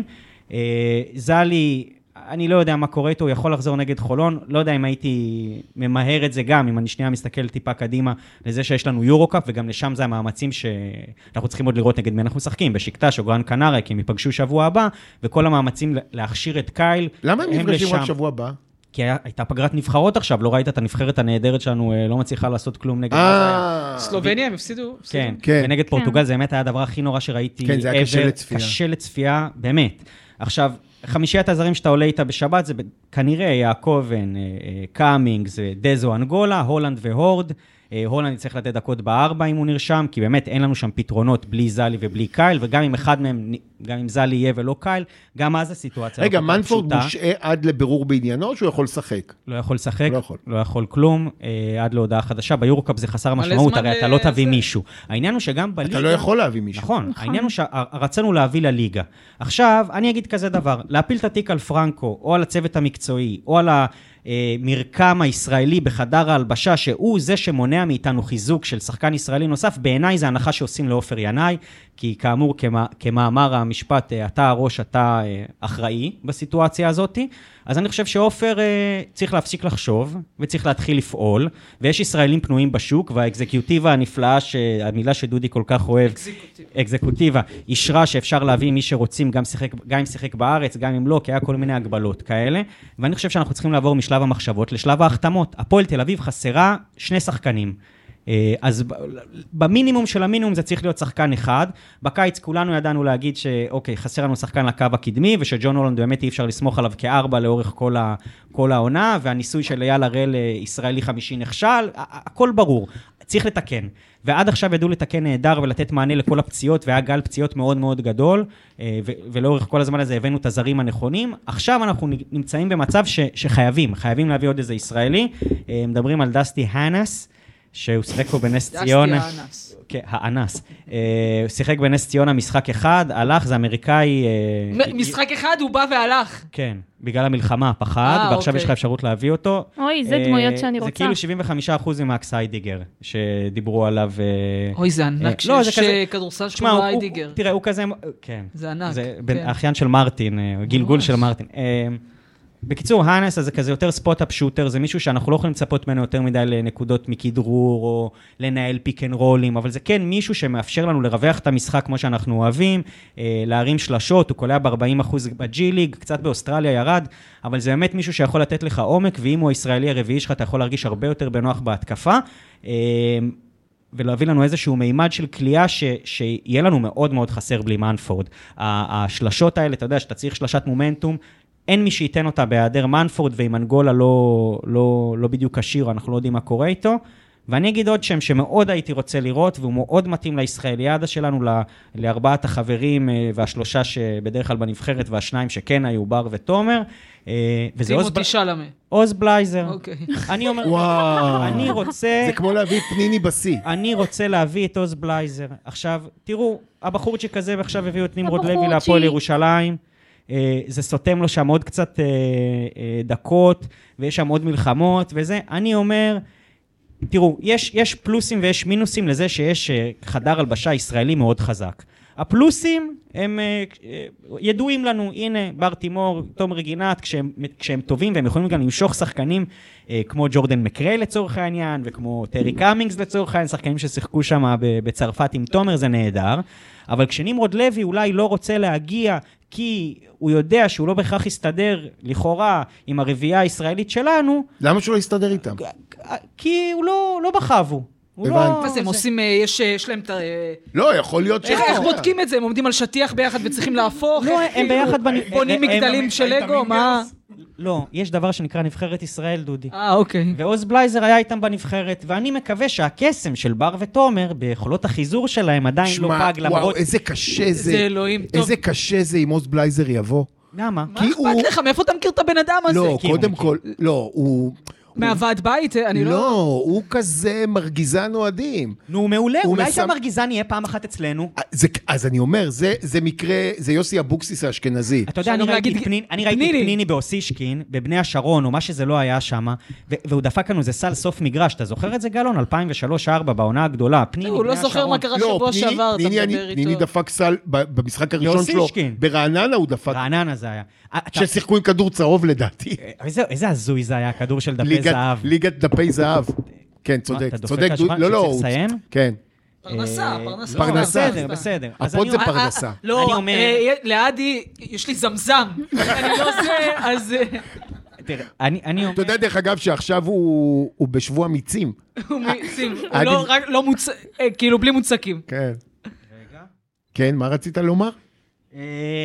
זלי, אני לא יודע מה קורה איתו, הוא יכול לחזור נגד חולון, לא יודע אם הייתי ממהר את זה גם, אם אני שנייה מסתכל טיפה קדימה, לזה שיש לנו יורו-קאפ, וגם לשם זה המאמצים שאנחנו צריכים עוד לראות נגד מי אנחנו משחקים, בשקטש או גרן קנריה, כי הם ייפגשו שבוע הבא, וכל המאמצים להכשיר את קייל, למה הם נפגשים רק שבוע הבא? כי הייתה פגרת נבחרות עכשיו, לא ראית את הנבחרת הנהדרת שלנו, לא מצליחה לעשות כלום נגד... סלובניה, הם הפסידו? כן, ונגד פורטוגל זה באמת היה הדבר הכי נורא שראיתי. כן, זה היה קשה לצפייה. קשה לצפייה, באמת. עכשיו, חמישיית הזרים שאתה עולה איתה בשבת, זה כנראה יעקובן, קאמינגס, דזו אנגולה, הולנד והורד. הולנד יצטרך לתת דקות בארבע אם הוא נרשם, כי באמת אין לנו שם פתרונות בלי זלי ובלי קייל, וגם אם אחד מהם, גם אם זלי יהיה ולא קייל, גם אז הסיטואציה... רגע, מנפורד מושעה עד לבירור בעניינו, שהוא יכול לשחק? לא יכול לשחק, לא יכול, לא יכול כלום, עד להודעה חדשה. ביורוקאפ זה חסר משמעות, הרי אתה לא תביא מישהו. העניין הוא שגם בליגה... אתה לא יכול להביא מישהו. נכון, העניין הוא שרצינו להביא לליגה. עכשיו, אני אגיד כזה דבר, להפיל את התיק על פרנקו, או על הצוות המקצועי, או על ה... מרקם הישראלי בחדר ההלבשה, שהוא זה שמונע מאיתנו חיזוק של שחקן ישראלי נוסף, בעיניי זה הנחה שעושים לאופר ינאי, כי כאמור, כמאמר המשפט, אתה הראש, אתה אחראי בסיטואציה הזאת, אז אני חושב שאופר צריך להפסיק לחשוב, וצריך להתחיל לפעול, ויש ישראלים פנויים בשוק, והאקזקיוטיבה הנפלאה, המילה שדודי כל כך אוהב, אקזקוטיבה, ישרה שאפשר להביא מי שרוצים, גם אם שיחק בארץ, גם אם לא, כי היה כל מיני הגבלות כאלה, ואני חושב שאנחנו צריכים לעבור משלב המחשבות לשלב ההחתמות. הפועל תל אביב חסרה שני שחקנים. אז במינימום של המינימום זה צריך להיות שחקן אחד. בקיץ כולנו ידענו להגיד שאוקיי, חסר לנו שחקן לקו הקדמי, ושג'ון הולנד באמת אי אפשר לסמוך עליו כארבע לאורך כל, ה, כל העונה, והניסוי של אייל הראל ישראלי חמישי נכשל, הכל ברור. צריך לתקן. ועד עכשיו ידעו לתקן נהדר ולתת מענה לכל הפציעות, והיה גל פציעות מאוד מאוד גדול, ולאורך כל הזמן הזה הבאנו את הזרים הנכונים. עכשיו אנחנו נמצאים במצב ש, שחייבים, חייבים להביא עוד איזה ישראלי. מדברים על דסטי הנס, שהוא שיחק פה בנס ציונה. דסטי האנס. כן, האנס. הוא שיחק בנס ציונה משחק אחד, הלך, זה אמריקאי... משחק אחד הוא בא והלך. כן, בגלל המלחמה, פחד, ועכשיו יש לך אפשרות להביא אותו. אוי, זה דמויות שאני רוצה. זה כאילו שבעים וחמישה אחוז ממקס היידיגר, שדיברו עלב... אוי, זה ענק שכדורסל שקורא היידיגר. תראה, הוא כזה... כן. זה ענק. זה האחיין של מרטין, גלגול של מרטין. בקיצור, האנס הזה כזה יותר ספוט-אפ שוטר, זה מישהו שאנחנו לא יכולים לצפות ממנו יותר מדי לנקודות מכדרור, או לנהל פיק אנד רולים, אבל זה כן מישהו שמאפשר לנו לרווח את המשחק כמו שאנחנו אוהבים, להרים שלשות, הוא קולע ב-ארבעים אחוז בג'י ליג, קצת באוסטרליה ירד, אבל זה באמת מישהו שיכול לתת לך עומק, ואם הוא הישראלי הרביעי שלך, אתה יכול להרגיש הרבה יותר בנוח בהתקפה, ולהביא לנו איזשהו מימד של קליעה ש, שיהיה לנו מאוד מאוד חסר בלי מנפורד. השלשות האלה, אתה יודע, שאתה צריך שלשת מומנטום, אין מי שייתן אותה בהיעדר מנפורד, ועם אנגולה לא, לא, לא בדיוק קשיר, אנחנו לא יודעים מה קורה איתו. ואני אגיד עוד שם שמאוד הייתי רוצה לראות, והוא מאוד מתאים לישראליאדה שלנו, לארבעת החברים והשלושה שבדרך כלל בנבחרת, והשניים שכן היו, בר ותומר. טימותי שלמה. עוז בלייזר. אוקיי. אני אומר, אני רוצה... זה כמו להביא את פניני בסי. אני רוצה להביא את עוז בלייזר. עכשיו, תראו, הבחורצ'יק כזה, ועכשיו הביאו את נמרוד לוי להפועל ירושלים. זה סותם לו שם עוד קצת דקות, ויש שם עוד מלחמות, וזה, אני אומר, תראו, יש, יש פלוסים ויש מינוסים לזה שיש חדר הלבשה ישראלי מאוד חזק. הפלוסים הם ידועים לנו, הנה, בר תימור, תום רגינת, כשהם, כשהם טובים, והם יכולים גם למשוך שחקנים כמו ג'ורדן מקריי לצורך העניין, וכמו טרי קאמינגס לצורך העניין, שחקנים ששיחקו שם בצרפת עם תומר, זה נהדר. אבל כשנמרוד לוי אולי לא רוצה להגיע, כי הוא יודע שהוא לא בהכרח יסתדר לכאורה עם הרביעייה הישראלית שלנו. למה שהוא לא יסתדר איתם? כי הוא לא, לא בחבו. הוא הבנתי. לא... מה זה, הם עושים, אה, יש יש להם את ה... לא, יכול להיות ש... איך איך בודקים את זה? הם עומדים על שטיח ביחד וצריכים להפוך? לא, איך, הם כאילו, ביחד בנ- בונים הם- מגדלים הם- של היית לגו? מה? מינגרס? לא, יש דבר שנקרא נבחרת ישראל, דודי. אה, אוקיי. ועוז בלייזר היה איתם בנבחרת, ואני מקווה שהקסם של בר ותומר, ביכולות החיזור שלהם עדיין לא שמע, פג, וואו, למרות... איזה קשה זה. זה אלוהים, טוב. איזה קשה זה אם עוז בלייזר יבוא. למה? מה כי אכפת הוא- לך? מאיפה אתה מכיר את הבן אדם הזה? לא, מכיר, קודם מכיר. כל, לא, הוא... מהוועד בית? אני לא... לא, הוא כזה מרגיזן אוהדים. נו, מעולה, הוא אולי מסם- שהמרגיזן יהיה פעם אחת אצלנו. זה, אז אני אומר, זה, זה מקרה, זה יוסי אבוקסיס האשכנזי. אתה יודע, אני אפשר ראיתי להגיד- את פניני, אני ראיתי את פניני. פניני באוסישקין, בבני השרון, או מה שזה לא היה שם, ו- והוא דפק לנו איזה סל סוף מגרש. אתה זוכר את זה, גלון? אלפיים ושלוש אלפיים וארבע, בעונה הגדולה. פניני, הוא לא בני זוכר השרון. מה קרה שבוע פניני- שעבר, אתה פניני, מדבר אני- פניני איתו. דפק סל ב- במשחק הראשון שלו. באוסישקין. ברעננה הוא דפק, רעננה זה היה. אה, אתה- ששיחקו עם כדור צהוב לדעתי. איזה- איזה הזוי זה היה, כדור של דפי ליגת- זהב. ליגת דפי זהב. כן, צודק, אתה דופק צודק. על השולחן לא, לא, שצריך הוא- לסיים? כן. פרנסה, אה, פרנסה. לא, פרנסה. בסדר, בסדר. אז הפוד אני זה אומר- פרנסה. לא, אני אומר- אה, לידי, יש לי זמזם. אני לא זה, אז... אה, תראה, אני אני אומר... אתה יודע, דרך אגב, שעכשיו הוא הוא בשבוע מיצים. הוא מיצים, הוא אני- לא, רק לא מוצ... אה, כאילו בלי מוצקים. כן. כן, מה רצית לומר? אמ,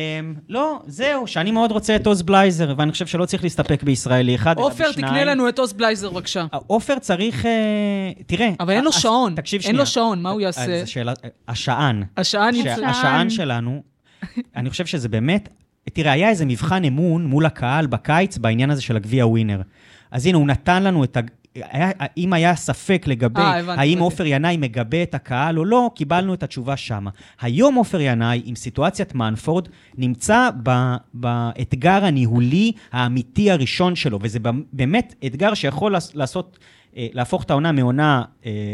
לא, זהו, שאני מאוד רוצה את עוז בלייזר, ואני חושב שלא צריך להסתפק בישראלי אחד, אלא עופר, בשניים. תקנה לנו את עוז בלייזר, בבקשה. עופר צריך, אה, תראה... אבל אין לו הס- שעון. תקשיב אין שנייה. לו שעון, מה הוא אז יעשה? זו שאלה, השען. השען שה- יצא. השען שלנו, אני חושב שזה באמת... תראה, היה איזה מבחן אמון מול הקהל בקיץ בעניין הזה של הגביע ווינר. אז הנה, הוא נתן לנו את... ה- היה, אם היה ספק לגבי אה, הבנתי, האם הבנתי. עופר ינאי מגבה את הקהל או לא, קיבלנו את התשובה שמה. היום עופר ינאי, עם סיטואציית מנפורד, נמצא ב, באתגר הניהולי האמיתי הראשון שלו, וזה באמת אתגר שיכול לעשות, להפוך את העונה מעונה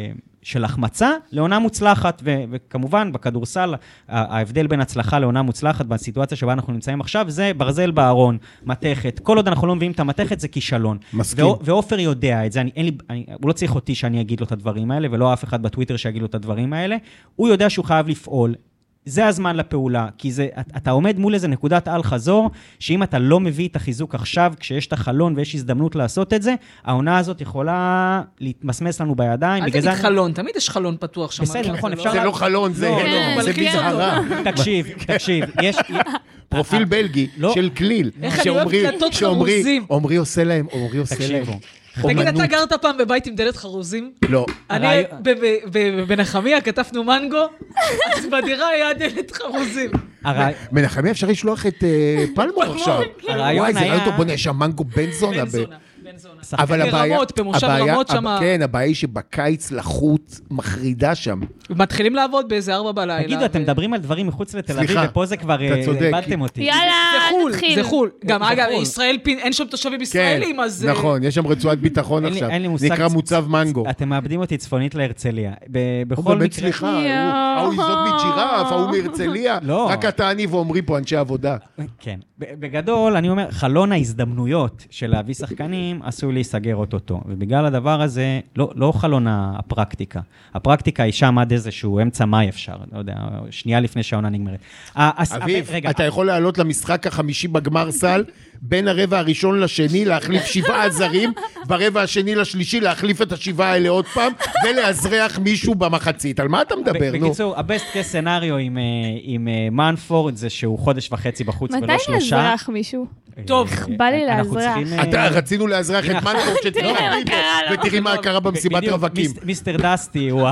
של החמצה לעונה מוצלחת, ו- וכמובן בכדורסל, ההבדל בין הצלחה לעונה מוצלחת בסיטואציה שבה אנחנו נמצאים עכשיו, זה ברזל בארון, מתכת. כל עוד אנחנו לא מביאים את המתכת, זה כישלון. מסכים. ו- ועופר יודע את זה, אני, אין לי, אני, הוא לא צריך אותי שאני אגיד לו את הדברים האלה, ולא אף אחד בטוויטר שיגיד לו את הדברים האלה. הוא יודע שהוא חייב לפעול. זה הזמן לפעולה, כי זה, אתה עומד מול איזה נקודת על חזור, שאם אתה לא מביא את החיזוק עכשיו, כשיש את החלון ויש הזדמנות לעשות את זה, העונה הזאת יכולה להתמסמס לנו בידיים. אל בגלל תגיד זה- חלון, תמיד יש חלון פתוח שם. בסדר, נכון, אפשר זה לה- לא חלון, זה לא, לא, זה מלחיץ אותו. בזהרה. תקשיב, תקשיב, יש... פרופיל בלגי לא. של כליל. איך אני אוהב שעומרי- קלטות שעומרי- חרוזים. עומרי עושה להם, עומרי עושה להם. תקשיבו. תגיד, אומנות. אתה גרת פעם בבית עם דלת חרוזים? לא. אני, הרעיון- ב- ב- ב- בנחמיה כתבנו מנגו, אז בדירה היה דלת חרוזים. הרעי- מנחמי אפשר לשלוח את אה, פלמור עכשיו. הרעיון וואי, זה היה- רעיון טוב, בוא נהיה שם מנגו בן זונה. בן ב- זונה, בן זונה. אבל הבעיה... ברמות, במושב הבעיה- רמות הב- שמה. כן, הבעיה היא שבקיץ לחוץ מחרידה שם. מתחילים לעבוד באיזה ארבע בלילה. תגידו, אתם ו- מדברים על דברים מחוץ לתל אביב, סליחה, ופה זה כבר... אתה אה, צודק. איבדתם אותי. יאללה, זה חו"ל, נתחיל. זה חו"ל. גם זה אגב, חו"ל. ישראל פין, אין שם תושבים כן, ישראלים, אז... אה, נכון, יש שם רצועת ביטחון אין לי- עכשיו. אין לי מושג- נקרא מוצב מנגו. אתם מאבדים אותי צפונית להרצליה. ב- הוא בכל באמת מקרה... סליחה, הוא- יואו. ההוא יזוד מג'ירף, ההוא מהרצליה. לא. רק אתה, אני ועומרי פה, אנשי עבודה. כן. ב- בגדול, אני אומר, חלון ההזדמנויות של להביא שחקנים עשוי להיסגר אותו. ובגלל הדבר הזה, לא, לא חלון הפרקטיקה. הפרקטיקה היא שם עד איזשהו אמצע מאי אפשר, לא יודע, שנייה לפני שהעונה נגמרת. ה- הס- אביב, רגע, אתה יכול לעלות למשחק החמישי בגמר סל, בין הרבע הראשון לשני להחליף שבעה זרים, ברבע השני לשלישי להחליף את השבעה האלה עוד פעם, ולאזרח מישהו במחצית. על מה אתה מדבר, נו? בקיצור, הבסט קייס סנריו עם, אה, עם אה, מנפורד זה שהוא חודש וחצי בחוץ מתי ולא שלושה. נאזרח מישהו? טוב, אה, בא לי אנחנו לאזרח. צריכים, אה, אתה- רצינו לאזרח את הנה, מנפורד שתראה תראה מה קרה לו. ותראי מה קרה במסיבת בדיוק, רווקים. מיס- מיסטר דסטי הוא ה...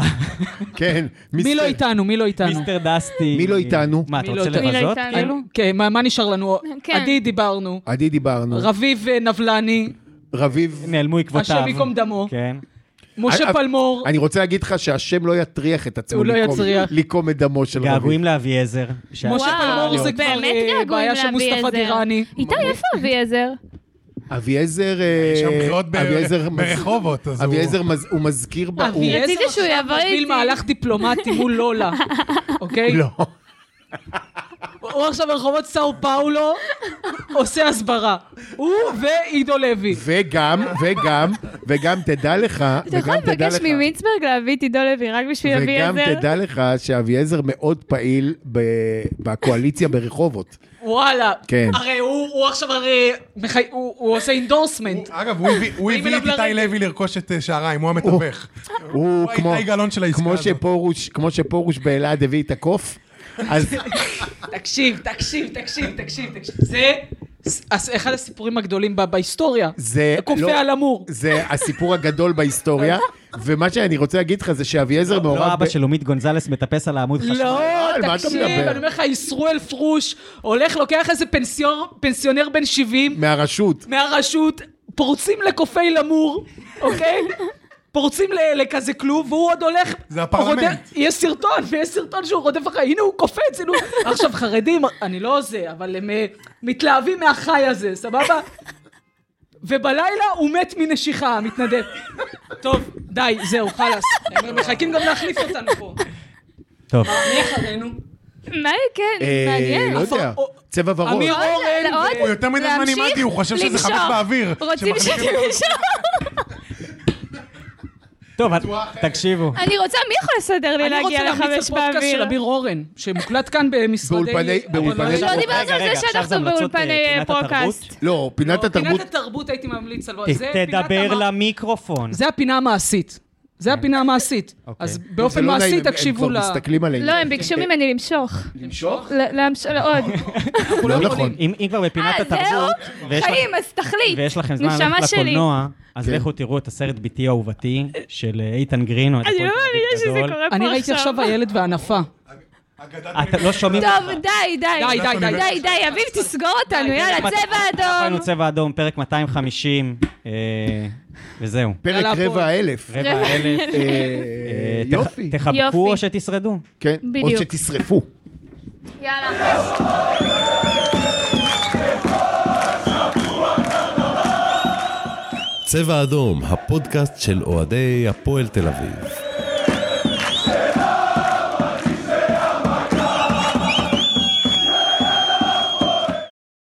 כן. מי מיסטר- לא איתנו? מי לא איתנו? מיסטר דסטי. מי לא איתנו? מה, אתה מי רוצה לא איתנו? מי לא לבזות? איתנו? כאילו? כן, מה מה נשאר לנו? כן. עדי דיברנו, עדי דיברנו. רביב אה, נבלני, רביב. נעלמו עקבותיו. השם ייקום דמו, כן. משה אה, פלמור, אני רוצה להגיד לך שהשם לא יטריח את עצמו הוא לא לקום- יצריח. לקום את דמו של רביב. געגועים לאביעזר. ש- משה וואו, פלמור זה כבר באמת אה, געגועים בעיה של מוסטפא לאביעזר. דיראני. איתי, איפה אביעזר? אביעזר... אה, יש שם בחירות ב- אביעזר מז- ברחובות, אז הוא... אביעזר מז- הוא מזכיר... ב- הוא- אביעזר רציתי שהוא עכשיו יבוא מוביל איתי. מהלך דיפלומטי מול לולה, אוקיי? לא. הוא עכשיו ברחובות סאו פאולו עושה הסברה. הוא ועידו לוי. וגם, וגם, וגם תדע לך, אתה יכול וגם תדע לבקש לך, ממיצברג להביא את עידו לוי רק בשביל וגם אביעזר? תדע לך שאביעזר מאוד פעיל ב- בקואליציה ברחובות. וואלה. כן. הרי הוא הוא עכשיו הרי, מחי- הוא הוא עושה אינדורסמנט. אגב, הוא הביא- הוא הביא את אליו איתי לרגל. לוי לרכוש את אה, שעריים, הוא המתווך. הוא כמו... האיתי גלאון של העסקה כמו הזאת. שפורוש, כמו שפורוש באלעד הביא את הקוף, אז תקשיב, תקשיב, תקשיב, תקשיב, תקשיב. זה ס- אחד הסיפורים הגדולים ב- בהיסטוריה. זה הקופא לא- על אמור. זה הסיפור הגדול בהיסטוריה, ומה שאני רוצה להגיד לך זה שאביעזר לא מעורב... אבא ב- של לומית גונזלס מטפס על העמוד חשמל. לא, על מה אתה תקשיב, מדבר? אני אומר לך, ישראל פרוש, הולך, לוקח איזה פנסיונר, פנסיונר בן שבעים, מהרשות. מהרשות, פורצים לקופי למור, אוקיי? פורצים ל- לכזה כלוב, והוא עוד הולך... זה הפרלמנט. רודף- יש סרטון, ויש סרטון שהוא רודף אחרי, הנה הוא קופץ, הנה הוא... עכשיו, חרדים, אני לא זה, אבל הם אה, מתלהבים מהחי הזה, סבבה? ובלילה הוא מת מנשיכה, מתנדב. טוב, די, זהו, חלאס. הם מחכים גם להחליף אותנו פה. טוב, מי אחרינו? מה, כן, אה, מעניין. לא יודע, צבע ורוד. אמיר עוד- אורן, עוד- ו- הוא יותר מדי זמן להמשיך, לימדי, הוא חושב שזה למשוך. חמש באוויר. רוצים שמחליפים שתמשוך. טוב, תקשיבו. אני רוצה, מי יכול לסדר לי אני רוצה להגיע להמליץ לחמש לפודקאסט של באוויר? אמיר אורן, שמוקלט כאן במשרדי... באולפני- באולפני- לא דיברנו על רגע, רגע, זה עכשיו שאנחנו זה המלצות, באולפני אה, פינת פרוקאסט. התרבות. לא, פינת לא, התרבות... פינת התרבות הייתי ממליץ על... ת- זה פינת תדבר המ- למיקרופון. זה הפינה המעשית. זה הפינה המעשית. אוקיי. אז זה באופן לא נעים, מעשי הם- תקשיבו ל... הם כבר מסתכלים עלינו. לא, הם ביקשו ממני למשוך. למשוך? ל- להמש- עוד. לא נכון. אם אם כבר בפינת אה, התרבות, זהו? ויש לכם- חיים, אז תחליט. ויש לכם זמן נשמה ללכת שלי. לקולנוע, אז כן. לכו תראו את הסרט ביתי אהובתי של איתן גרין. אוהד אני הפועל לא תל אביב מאמינה שזה גדול. קורה פה אני ראיתי עכשיו הילד והענפה. אתם לא שומעים טוב, די, די. די, די, די. די, די, אביב, תסגור אותנו, יאללה, צבע ראינו אדום. צבע אדום, פרק מאתיים וחמישים, אה, וזהו. פרק יאללה, רבע הפועל. האלף. רבע אלף. אה, אה, תח- יופי. יופי. תחבקו או שתשרדו. כן, או בדיוק. שתשרפו. יאללה. צבע אדום, הפודקאסט של אוהדי הפועל תל אביב.